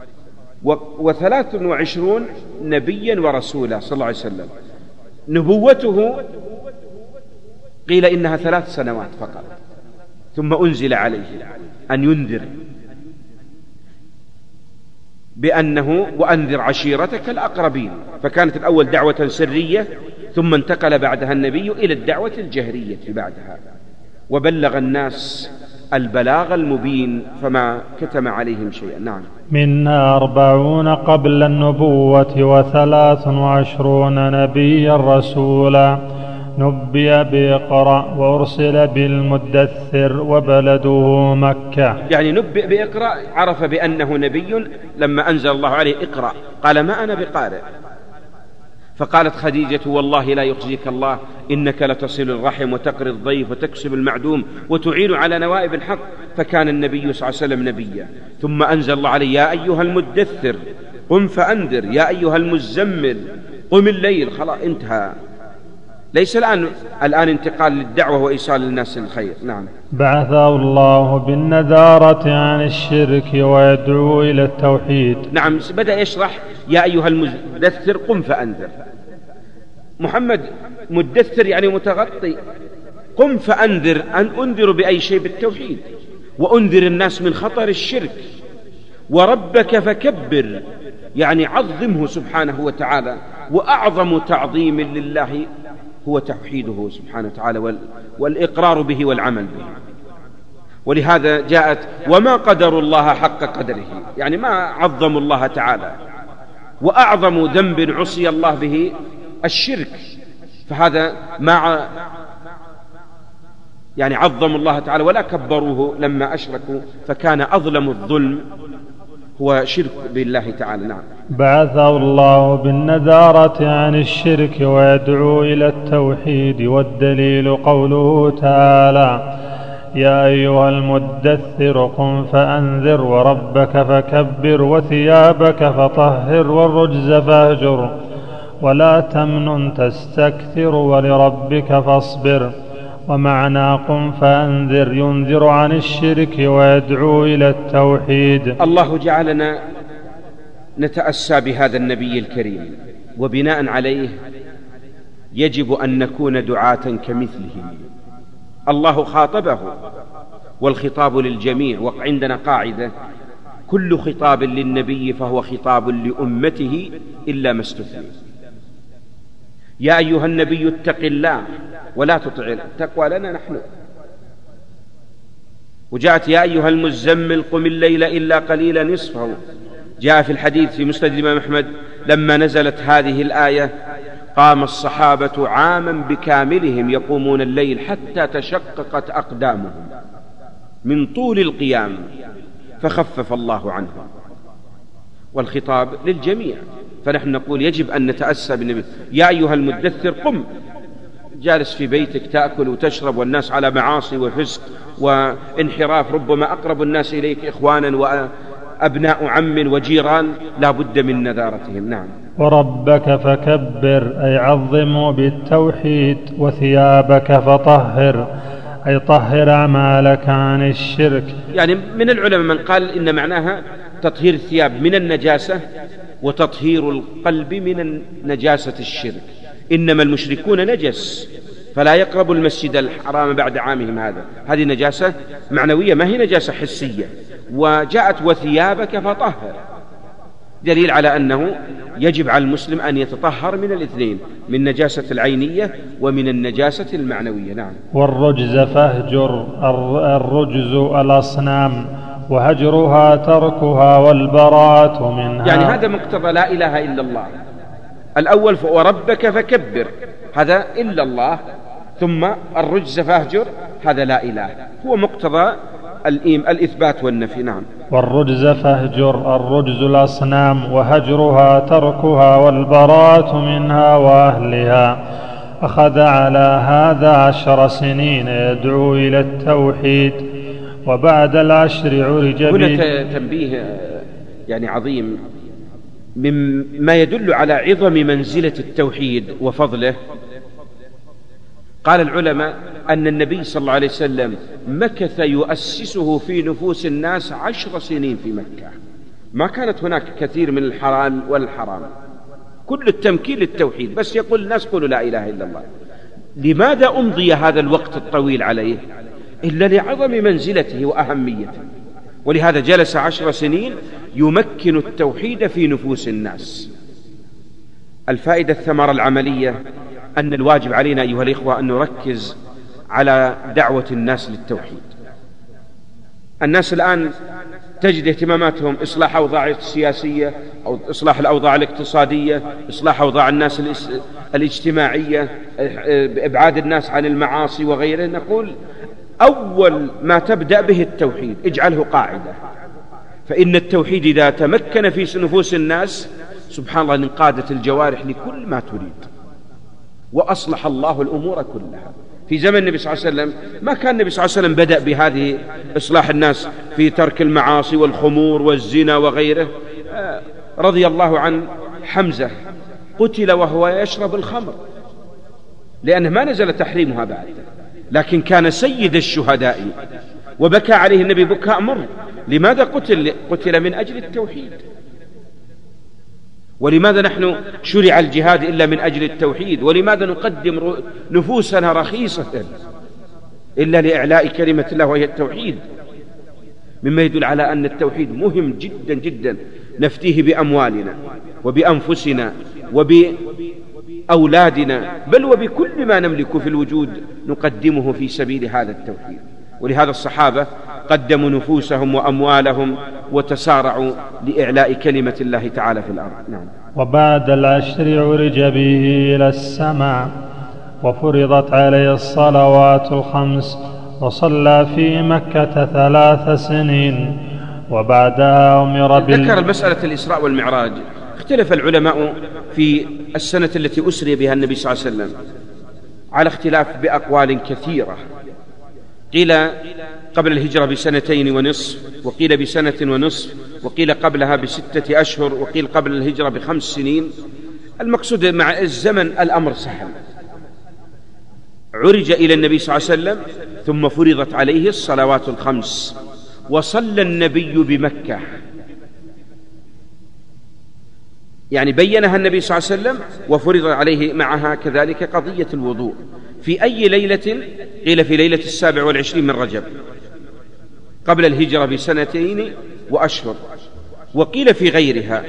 23 نبيا ورسولا صلى الله عليه وسلم. نبوته قيل إنها 3 سنوات فقط، ثم أنزل عليه أن ينذر بأنه وأنذر عشيرتك الأقربين، فكانت الأول دعوة سرية، ثم انتقل بعدها النبي إلى الدعوة الجهرية بعدها، وبلغ الناس البلاغ المبين فما كتم عليهم شيئا. نعم. منها 40 قبل النبوة، و23 نبيا رسولا، نبي بإقرأ، وأرسل بالمدثر، وبلده مكة. يعني نبئ بإقرأ، عرف بأنه نبي لما أنزل الله عليه اقرأ، قال ما أنا بقارئ. فقالت خديجة والله لا يخزيك الله، إنك لتصل الرحم وتقري الضيف وتكسب المعدوم وتعين على نوائب الحق. فكان النبي صلى الله عليه وسلم نبيا. ثم أنزل الله عليه يا أيها المدثر قم فأنذر، يا أيها المزمل قم الليل. خلاص انتهى، ليس الآن انتقال للدعوة وإيصال الناس الخير. نعم. بعثه الله بالنذارة عن الشرك ويدعو إلى التوحيد. نعم، بدأ يشرح يا أيها المدثر قم فأنذر. محمد مدثر يعني متغطي، قم فأنذر، أن أنذر بأي شيء؟ بالتوحيد، وأنذر الناس من خطر الشرك. وربك فكبر، يعني عظمه سبحانه وتعالى، وأعظم تعظيم لله هو توحيده سبحانه وتعالى والإقرار به والعمل به. ولهذا جاءت وما قدر الله حق قدره، يعني ما عظم الله تعالى. وأعظم ذنب عصي الله به الشرك، فهذا ما يعني عظم الله تعالى ولا كبروه لما أشركوا، فكان أظلم الظلم هو شرك بالله تعالى. نعم. بعثه الله بالنذارة عن الشرك ويدعو إلى التوحيد، والدليل قوله تعالى يا أيها المدثر قم فأنذر، وربك فكبر، وثيابك فطهر، والرجز فاهجر، ولا تمنن تستكثر، ولربك فاصبر. ومعنى قم فأنذر ينذر عن الشرك ويدعو إلى التوحيد. الله جعلنا نتأسى بهذا النبي الكريم، وبناء عليه يجب أن نكون دعاة كمثله. الله خاطبه، والخطاب للجميع، وعندنا قاعدة كل خطاب للنبي فهو خطاب لأمته إلا ما استثني. يا أيها النبي اتق الله ولا تطع التقوى لنا نحن. وجاءت يا أيها المزمل قم الليل إلا قليلا نصفه. جاء في الحديث في مسند الإمام أحمد لما نزلت هذه الآية قام الصحابة عاما بكاملهم يقومون الليل حتى تشققت أقدامهم من طول القيام. فخفف الله عنهم، والخطاب للجميع. فنحن نقول يجب أن نتأسى بالنبي: يا أيها المدثر قم. جالس في بيتك تأكل وتشرب والناس على معاصي وفسق وانحراف، ربما أقرب الناس إليك إخوانا وأبناء عم وجيران، لا بد من نذارتهم. نعم. وربك فكبر أي عظموا بالتوحيد، وثيابك فطهر أي طهر أعمالك عن الشرك. يعني من العلماء من قال إن معناها تطهير الثياب من النجاسة وتطهير القلب من نجاسة الشرك. إنما المشركون نجس فلا يقربوا المسجد الحرام بعد عامهم هذا. هذه نجاسة معنوية ما هي نجاسة حسية. وجاءت وثيابك فطهر، دليل على أنه يجب على المسلم أن يتطهر من الاثنين، من نجاسة العينية ومن النجاسة المعنوية. نعم. والرجز فاهجر، الرجز الأصنام، وهجرها تركها والبراءة منها. يعني هذا مقتضى لا إله إلا الله. الأول وربك فكبر، هذا إلا الله، ثم الرجز فاهجر، هذا لا إله، هو مقتضى الإثبات والنفي. نعم. والرجز فاهجر، الرجز الأصنام، وهجرها تركها والبراءة منها وأهلها. أخذ على هذا 10 سنين يدعو إلى التوحيد، وبعد العشر عرج به. هنا تنبيه يعني عظيم مما يدل على عظم منزلة التوحيد وفضله. قال العلماء أن النبي صلى الله عليه وسلم مكث يؤسسه في نفوس الناس 10 سنين في مكة. ما كانت هناك كثير من الحلال والحرام، كل التمكين للتوحيد، بس يقول الناس قولوا لا إله إلا الله. لماذا أمضي هذا الوقت الطويل عليه؟ إلا لعظم منزلته وأهميته. ولهذا جلس 10 سنين يمكن التوحيد في نفوس الناس. الفائدة الثمرة العملية أن الواجب علينا أيها الإخوة أن نركز على دعوة الناس للتوحيد. الناس الآن تجد اهتماماتهم إصلاح أوضاع السياسية أو إصلاح الأوضاع الاقتصادية، إصلاح أوضاع الناس الاجتماعية، إبعاد الناس عن المعاصي وغيره. نقول أول ما تبدأ به التوحيد، اجعله قاعدة. فإن التوحيد إذا تمكن في نفوس الناس سبحان الله انقادت الجوارح لكل ما تريد، وأصلح الله الأمور كلها. في زمن النبي صلى الله عليه وسلم ما كان النبي صلى الله عليه وسلم بدأ بهذه إصلاح الناس في ترك المعاصي والخمور والزنا وغيره. رضي الله عن حمزة، قتل وهو يشرب الخمر، لأنه ما نزل تحريمها بعد، لكن كان سيد الشهداء وبكى عليه النبي بكاء مر. لماذا قتل من أجل التوحيد. ولماذا نحن شرع الجهاد إلا من أجل التوحيد؟ ولماذا نقدم نفوسنا رخيصة إلا لإعلاء كلمة الله وهي التوحيد؟ مما يدل على أن التوحيد مهم جدا جدا، نفتيه بأموالنا وبأنفسنا وبأولادنا، بل وبكل ما نملك في الوجود نقدمه في سبيل هذا التوحيد. ولهذا الصحابة قدموا نفوسهم وأموالهم وتسارعوا لإعلاء كلمة الله تعالى في الأرض. نعم. وبعد العشر عرج به إلى السماء، وفرضت عليه الصلوات الخمس، وصلى في مكة 3 سنين، وبعدها أمر ذكر المسألة الإسراء والمعراج. اختلف العلماء في السنة التي أسري بها النبي صلى الله عليه وسلم على اختلاف بأقوال كثيرة. قيل قبل الهجرة ب2.5 سنين، وقيل ب1.5 سنة، وقيل قبلها ب6 أشهر، وقيل قبل الهجرة ب5 سنين. المقصود مع الزمن الأمر سهل. عرج إلى النبي صلى الله عليه وسلم ثم فرضت عليه الصلوات الخمس، وصلى النبي بمكة. يعني بينها النبي صلى الله عليه وسلم، وفرض عليه معها كذلك قضية الوضوء. في أي ليلة؟ قيل في ليلة 27 من رجب قبل الهجرة ب2 وأشهر، وقيل في غيرها.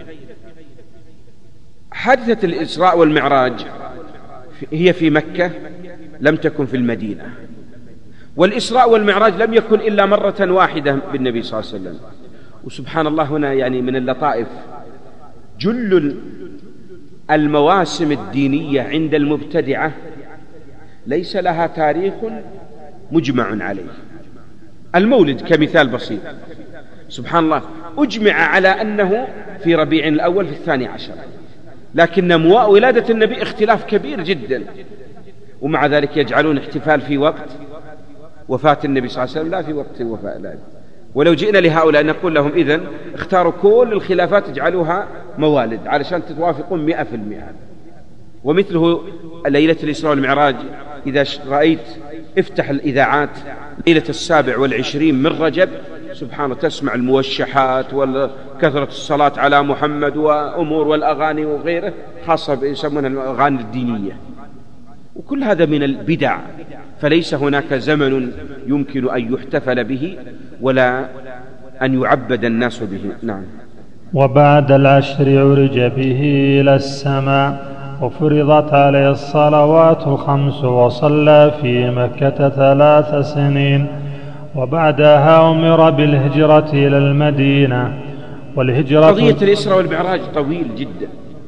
حادثة الإسراء والمعراج هي في مكة، لم تكن في المدينة. والإسراء والمعراج لم يكن إلا مرة واحدة بالنبي صلى الله عليه وسلم. وسبحان الله هنا يعني من اللطائف، جل المواسم الدينية عند المبتدعة ليس لها تاريخ مجمع عليه. المولد كمثال بسيط، سبحان الله، أجمع على أنه في ربيع الأول في 12، لكن ولادة النبي اختلاف كبير جدا، ومع ذلك يجعلون احتفال في وقت وفاة النبي صلى الله عليه وسلم لا في وقت وفاة لا. ولو جئنا لهؤلاء نقول لهم إذن اختاروا كل الخلافات اجعلوها موالد علشان تتوافقون 100%. ومثله ليلة الإسراء والمعراج، إذا رأيت افتح الإذاعات ليلة 27 من رجب، سبحان الله، تسمع الموشحات وكثرة الصلاة على محمد وأمور والأغاني وغيره، خاصة يسمونها الأغاني الدينية، وكل هذا من البدع. فليس هناك زمن يمكن أن يحتفل به ولا أن يعبد الناس به. نعم. وبعد العشر عرج به إلى السماء وفرضت عليه الصلوات الخمس وصلى في مكة 3 سنين، وبعدها أمر بالهجرة إلى المدينة. والهجرة قضية الإسراء والمعراج طويل جدا،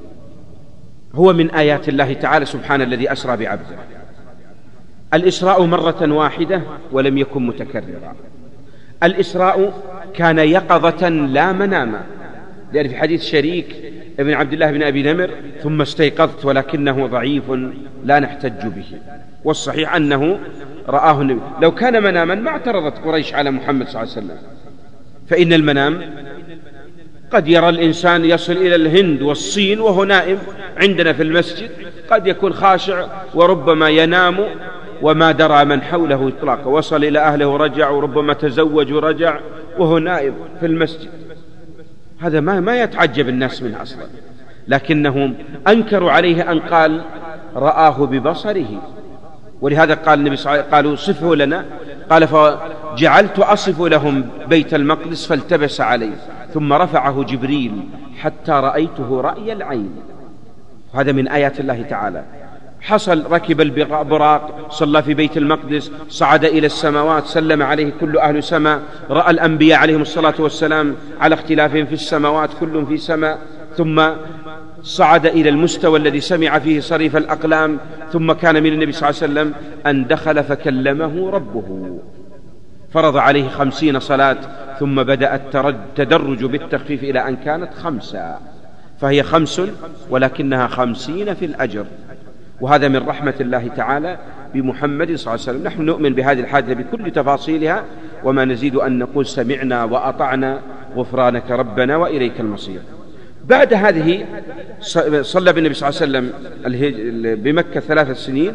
هو من آيات الله تعالى سبحانه الذي أسرى بعبده. الإسراء مرة واحدة ولم يكن متكررا. الإسراء كان يقظة لا مناما، لأن في حديث شريك ابن عبد الله بن أبي نمر ثم استيقظت ولكنه ضعيف لا نحتج به، والصحيح أنه رآه النبي. لو كان مناما ما اعترضت قريش على محمد صلى الله عليه وسلم، فإن المنام قد يرى الإنسان يصل إلى الهند والصين وهو نائم عندنا في المسجد، قد يكون خاشع وربما ينام وما درى من حوله إطلاقا، وصل إلى أهله ورجع، وربما تزوج ورجع وهو نائم في المسجد. هذا ما يتعجب الناس منه أصلا، لكنهم أنكروا عليه أن قال رآه ببصره. ولهذا قال النبي صلى الله عليه وسلم قالوا صفه لنا، قال فجعلت أصف لهم بيت المقدس فالتبس عليه ثم رفعه جبريل حتى رأيته رأي العين. هذا من آيات الله تعالى. حصل ركب البراق، صلى في بيت المقدس، صعد إلى السماوات، سلم عليه كل أهل سماء، رأى الأنبياء عليهم الصلاة والسلام على اختلافهم في السماوات كل في سماء، ثم صعد إلى المستوى الذي سمع فيه صريف الأقلام. ثم كان من النبي صلى الله عليه وسلم أن دخل فكلمه ربه، فرض عليه 50 صلاة، ثم بدأ التدرج بالتخفيف إلى أن كانت 5، فهي 5 ولكنها 50 في الأجر. وهذا من رحمة الله تعالى بمحمد صلى الله عليه وسلم. نحن نؤمن بهذه الحادثة بكل تفاصيلها، وما نزيد أن نقول سمعنا وأطعنا غفرانك ربنا وإليك المصير. بعد هذه صلى بالنبي صلى الله عليه وسلم بمكة 3 سنين.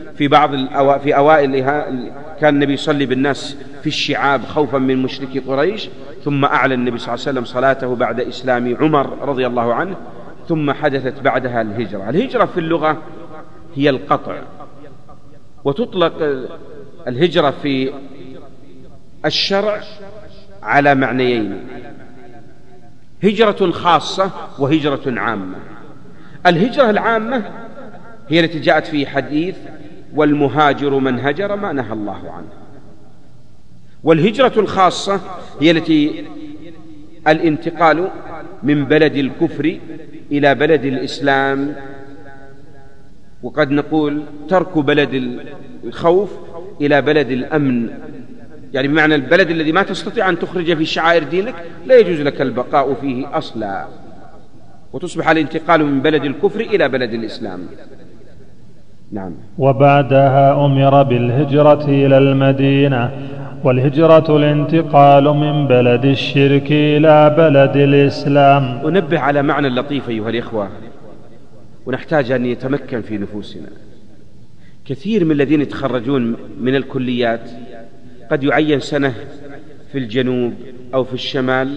في أوائلها كان النبي يصلي بالناس في الشعاب خوفا من مشركي قريش، ثم أعلن النبي صلى الله عليه وسلم صلاته بعد إسلام عمر رضي الله عنه، ثم حدثت بعدها الهجرة. الهجرة في اللغة هي القطع، وتطلق الهجرة في الشرع على معنيين: هجرة خاصة وهجرة عامة. الهجرة العامة هي التي جاءت في حديث والمهاجر من هجر ما نهى الله عنه. والهجرة الخاصة هي التي الانتقال من بلد الكفر إلى بلد الإسلام، وقد نقول ترك بلد الخوف إلى بلد الأمن، يعني بمعنى البلد الذي ما تستطيع أن تخرج في شعائر دينك لا يجوز لك البقاء فيه أصلا، وتصبح الانتقال من بلد الكفر إلى بلد الإسلام. نعم. وبعدها أمر بالهجرة إلى المدينة، والهجرة الانتقال من بلد الشرك إلى بلد الإسلام. أنبه على معنى لطيف أيها الإخوة، ونحتاج أن يتمكن في نفوسنا. كثير من الذين يتخرجون من الكليات قد يعين سنة في الجنوب أو في الشمال،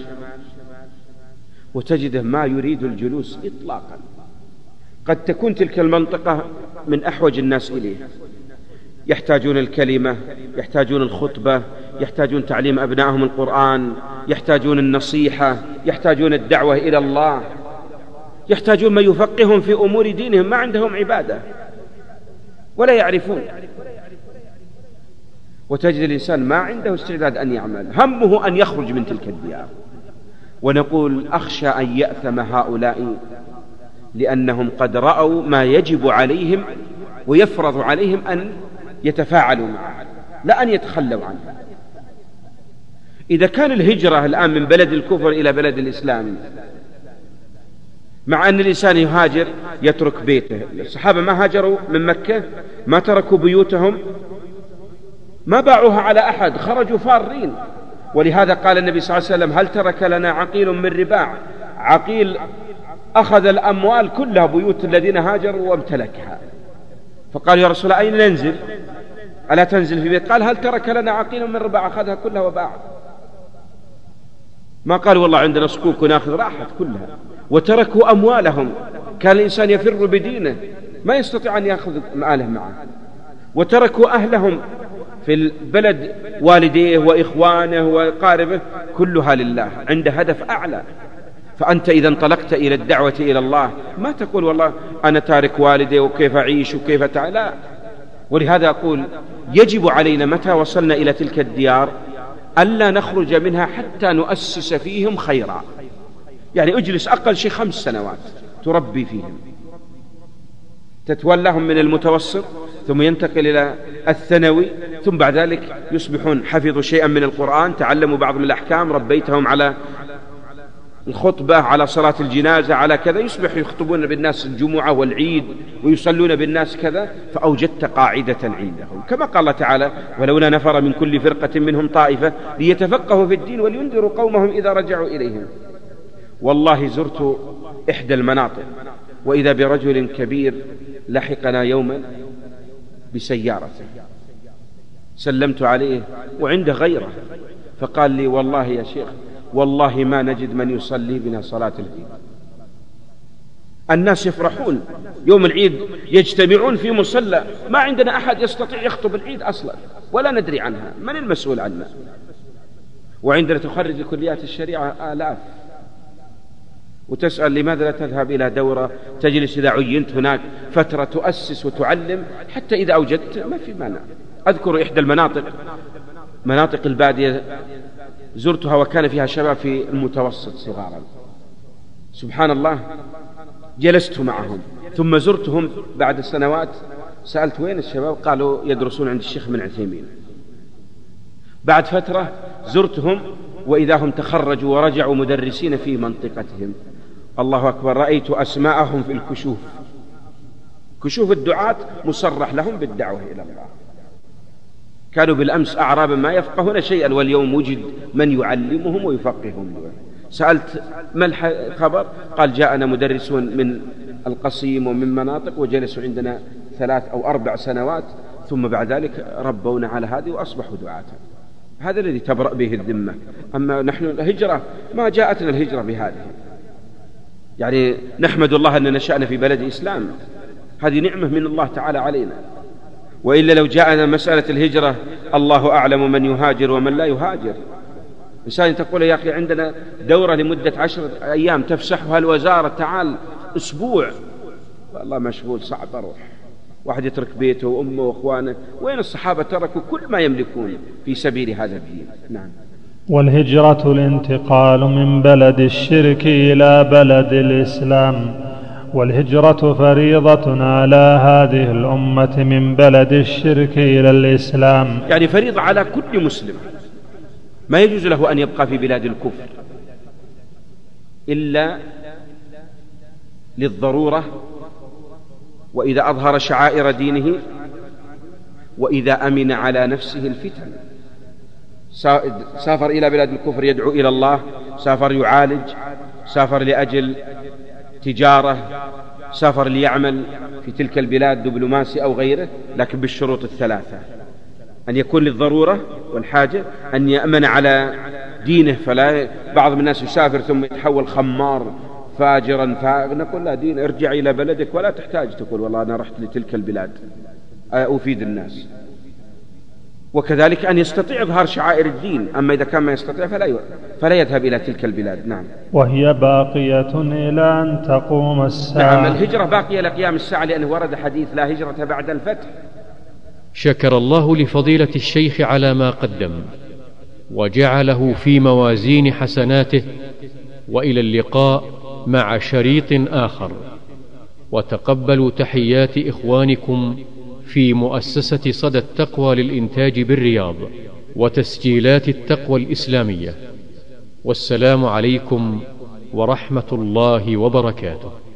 وتجده ما يريد الجلوس إطلاقا. قد تكون تلك المنطقة من أحوج الناس إليه، يحتاجون الكلمة، يحتاجون الخطبة، يحتاجون تعليم أبنائهم القرآن، يحتاجون النصيحة، يحتاجون الدعوة إلى الله، يحتاجون من يفقههم في أمور دينهم. ما عندهم عبادة ولا يعرفون، وتجد الإنسان ما عنده استعداد أن يعمل، همه أن يخرج من تلك الديار. ونقول أخشى أن يأثم هؤلاء لأنهم قد رأوا ما يجب عليهم ويفرض عليهم أن يتفاعلوا معه لا أن يتخلوا عنه. إذا كان الهجرة الآن من بلد الكفر إلى بلد الإسلام، مع أن الإنسان يهاجر يترك بيته، الصحابة ما هاجروا من مكة، ما تركوا بيوتهم، ما باعوها على أحد، خرجوا فارين. ولهذا قال النبي صلى الله عليه وسلم: هل ترك لنا عقيل من رباع؟ عقيل أخذ الأموال كلها، بيوت الذين هاجروا وامتلكها. فقال: يا رسول الله أين ننزل؟ ألا تنزل في بيت؟ قال: هل ترك لنا عقيل من رباع؟ أخذها كلها وباع. ما قال والله عندنا صكوك وناخذ، راحت كلها. وتركوا أموالهم، كان الإنسان يفر بدينه، ما يستطيع أن يأخذ ماله معه. وتركوا أهلهم في البلد، والديه وإخوانه وقاربه، كلها لله، عند هدف أعلى. فأنت إذا انطلقت إلى الدعوة إلى الله ما تقول والله أنا تارك والدي وكيف أعيش وكيف لا. ولهذا أقول يجب علينا متى وصلنا إلى تلك الديار ألا نخرج منها حتى نؤسس فيهم خيرا. يعني اجلس أقل شيء 5 سنوات تربي فيهم، تتولاهم من المتوسط، ثم ينتقل إلى الثانوي، ثم بعد ذلك يصبحون حفظوا شيئا من القرآن، تعلموا بعض من الأحكام، ربيتهم على الخطبة، على صلاة الجنازة، على كذا، يصبح يخطبون بالناس الجمعة والعيد ويصلون بالناس كذا، فأوجدت قاعدة عندهم. كما قال الله تعالى: ولولا نفر من كل فرقة منهم طائفة ليتفقهوا في الدين ولينذروا قومهم إذا رجعوا إليهم. والله زرت إحدى المناطق وإذا برجل كبير لحقنا يوما بسيارته، سلمت عليه وعنده غيره، فقال لي: والله يا شيخ والله ما نجد من يصلي بنا صلاة العيد. الناس يفرحون يوم العيد، يجتمعون في مصلى، ما عندنا أحد يستطيع يخطب العيد أصلا، ولا ندري عنها، من المسؤول عنها؟ وعندنا تخرج كليات الشريعة آلاف، وتسأل لماذا لا تذهب إلى دورة تجلس إذا عينت هناك فترة تؤسس وتعلم، حتى إذا أوجدت ما في مانع. أذكر إحدى المناطق، مناطق البادية، زرتها وكان فيها شباب في المتوسط صغارا، سبحان الله، جلست معهم. ثم زرتهم بعد سنوات، سألت وين الشباب؟ قالوا يدرسون عند الشيخ من عثيمين. بعد فترة زرتهم وإذا هم تخرجوا ورجعوا مدرسين في منطقتهم. الله أكبر، رأيت أسماءهم في الكشوف، كشوف الدعاة مصرح لهم بالدعوة إلى الله. كانوا بالأمس أعرابا ما يفقهون شيئا، واليوم وجد من يعلمهم ويفقههم. سألت ما الخبر؟ قال: جاءنا مدرسون من القصيم ومن مناطق وجلسوا عندنا 3 أو 4 سنوات، ثم بعد ذلك ربونا على هذه وأصبحوا دعاة. هذا الذي تبرأ به الذمة. أما نحن الهجرة ما جاءتنا الهجرة بهذه، يعني نحمد الله أن نشأنا في بلد إسلام، هذه نعمة من الله تعالى علينا. وإلا لو جاءنا مسألة الهجرة الله أعلم من يهاجر ومن لا يهاجر. إنسان تقول: يا أخي عندنا دورة لمدة 10 أيام تفسحها الوزارة، تعال أسبوع، والله مشغول صعب أروح. واحد يترك بيته وأمه وأخوانه. وين الصحابة تركوا كل ما يملكون في سبيل هذا الدين. نعم. والهجرة الانتقال من بلد الشرك إلى بلد الإسلام، والهجرة فريضة على هذه الأمة من بلد الشرك إلى الإسلام. يعني فريضة على كل مسلم، ما يجوز له أن يبقى في بلاد الكفر إلا للضرورة، وإذا أظهر شعائر دينه، وإذا أمن على نفسه الفتن. سافر إلى بلاد الكفر يدعو إلى الله، سافر يعالج، سافر لأجل تجارة، سافر ليعمل في تلك البلاد دبلوماسي أو غيره، لكن بالشروط الثلاثة: أن يكون للضرورة والحاجة، أن يأمن على دينه، فلا بعض الناس يسافر ثم يتحول خمار فاجرا، فنقول لا، دين ارجع إلى بلدك ولا تحتاج تقول والله أنا رحت لتلك البلاد أفيد الناس. وكذلك أن يستطيع إظهار شعائر الدين، أما إذا كان ما يستطيع فلا يذهب إلى تلك البلاد. نعم. وهي باقية إلى أن تقوم الساعة. نعم، الهجرة باقية لقيام الساعة، لأنه ورد حديث: لا هجرة بعد الفتح. شكر الله لفضيلة الشيخ على ما قدم وجعله في موازين حسناته، وإلى اللقاء مع شريط آخر. وتقبلوا تحيات إخوانكم في مؤسسة صدى التقوى للإنتاج بالرياض. وتسجيلات التقوى الإسلامية. والسلام عليكم ورحمة الله وبركاته.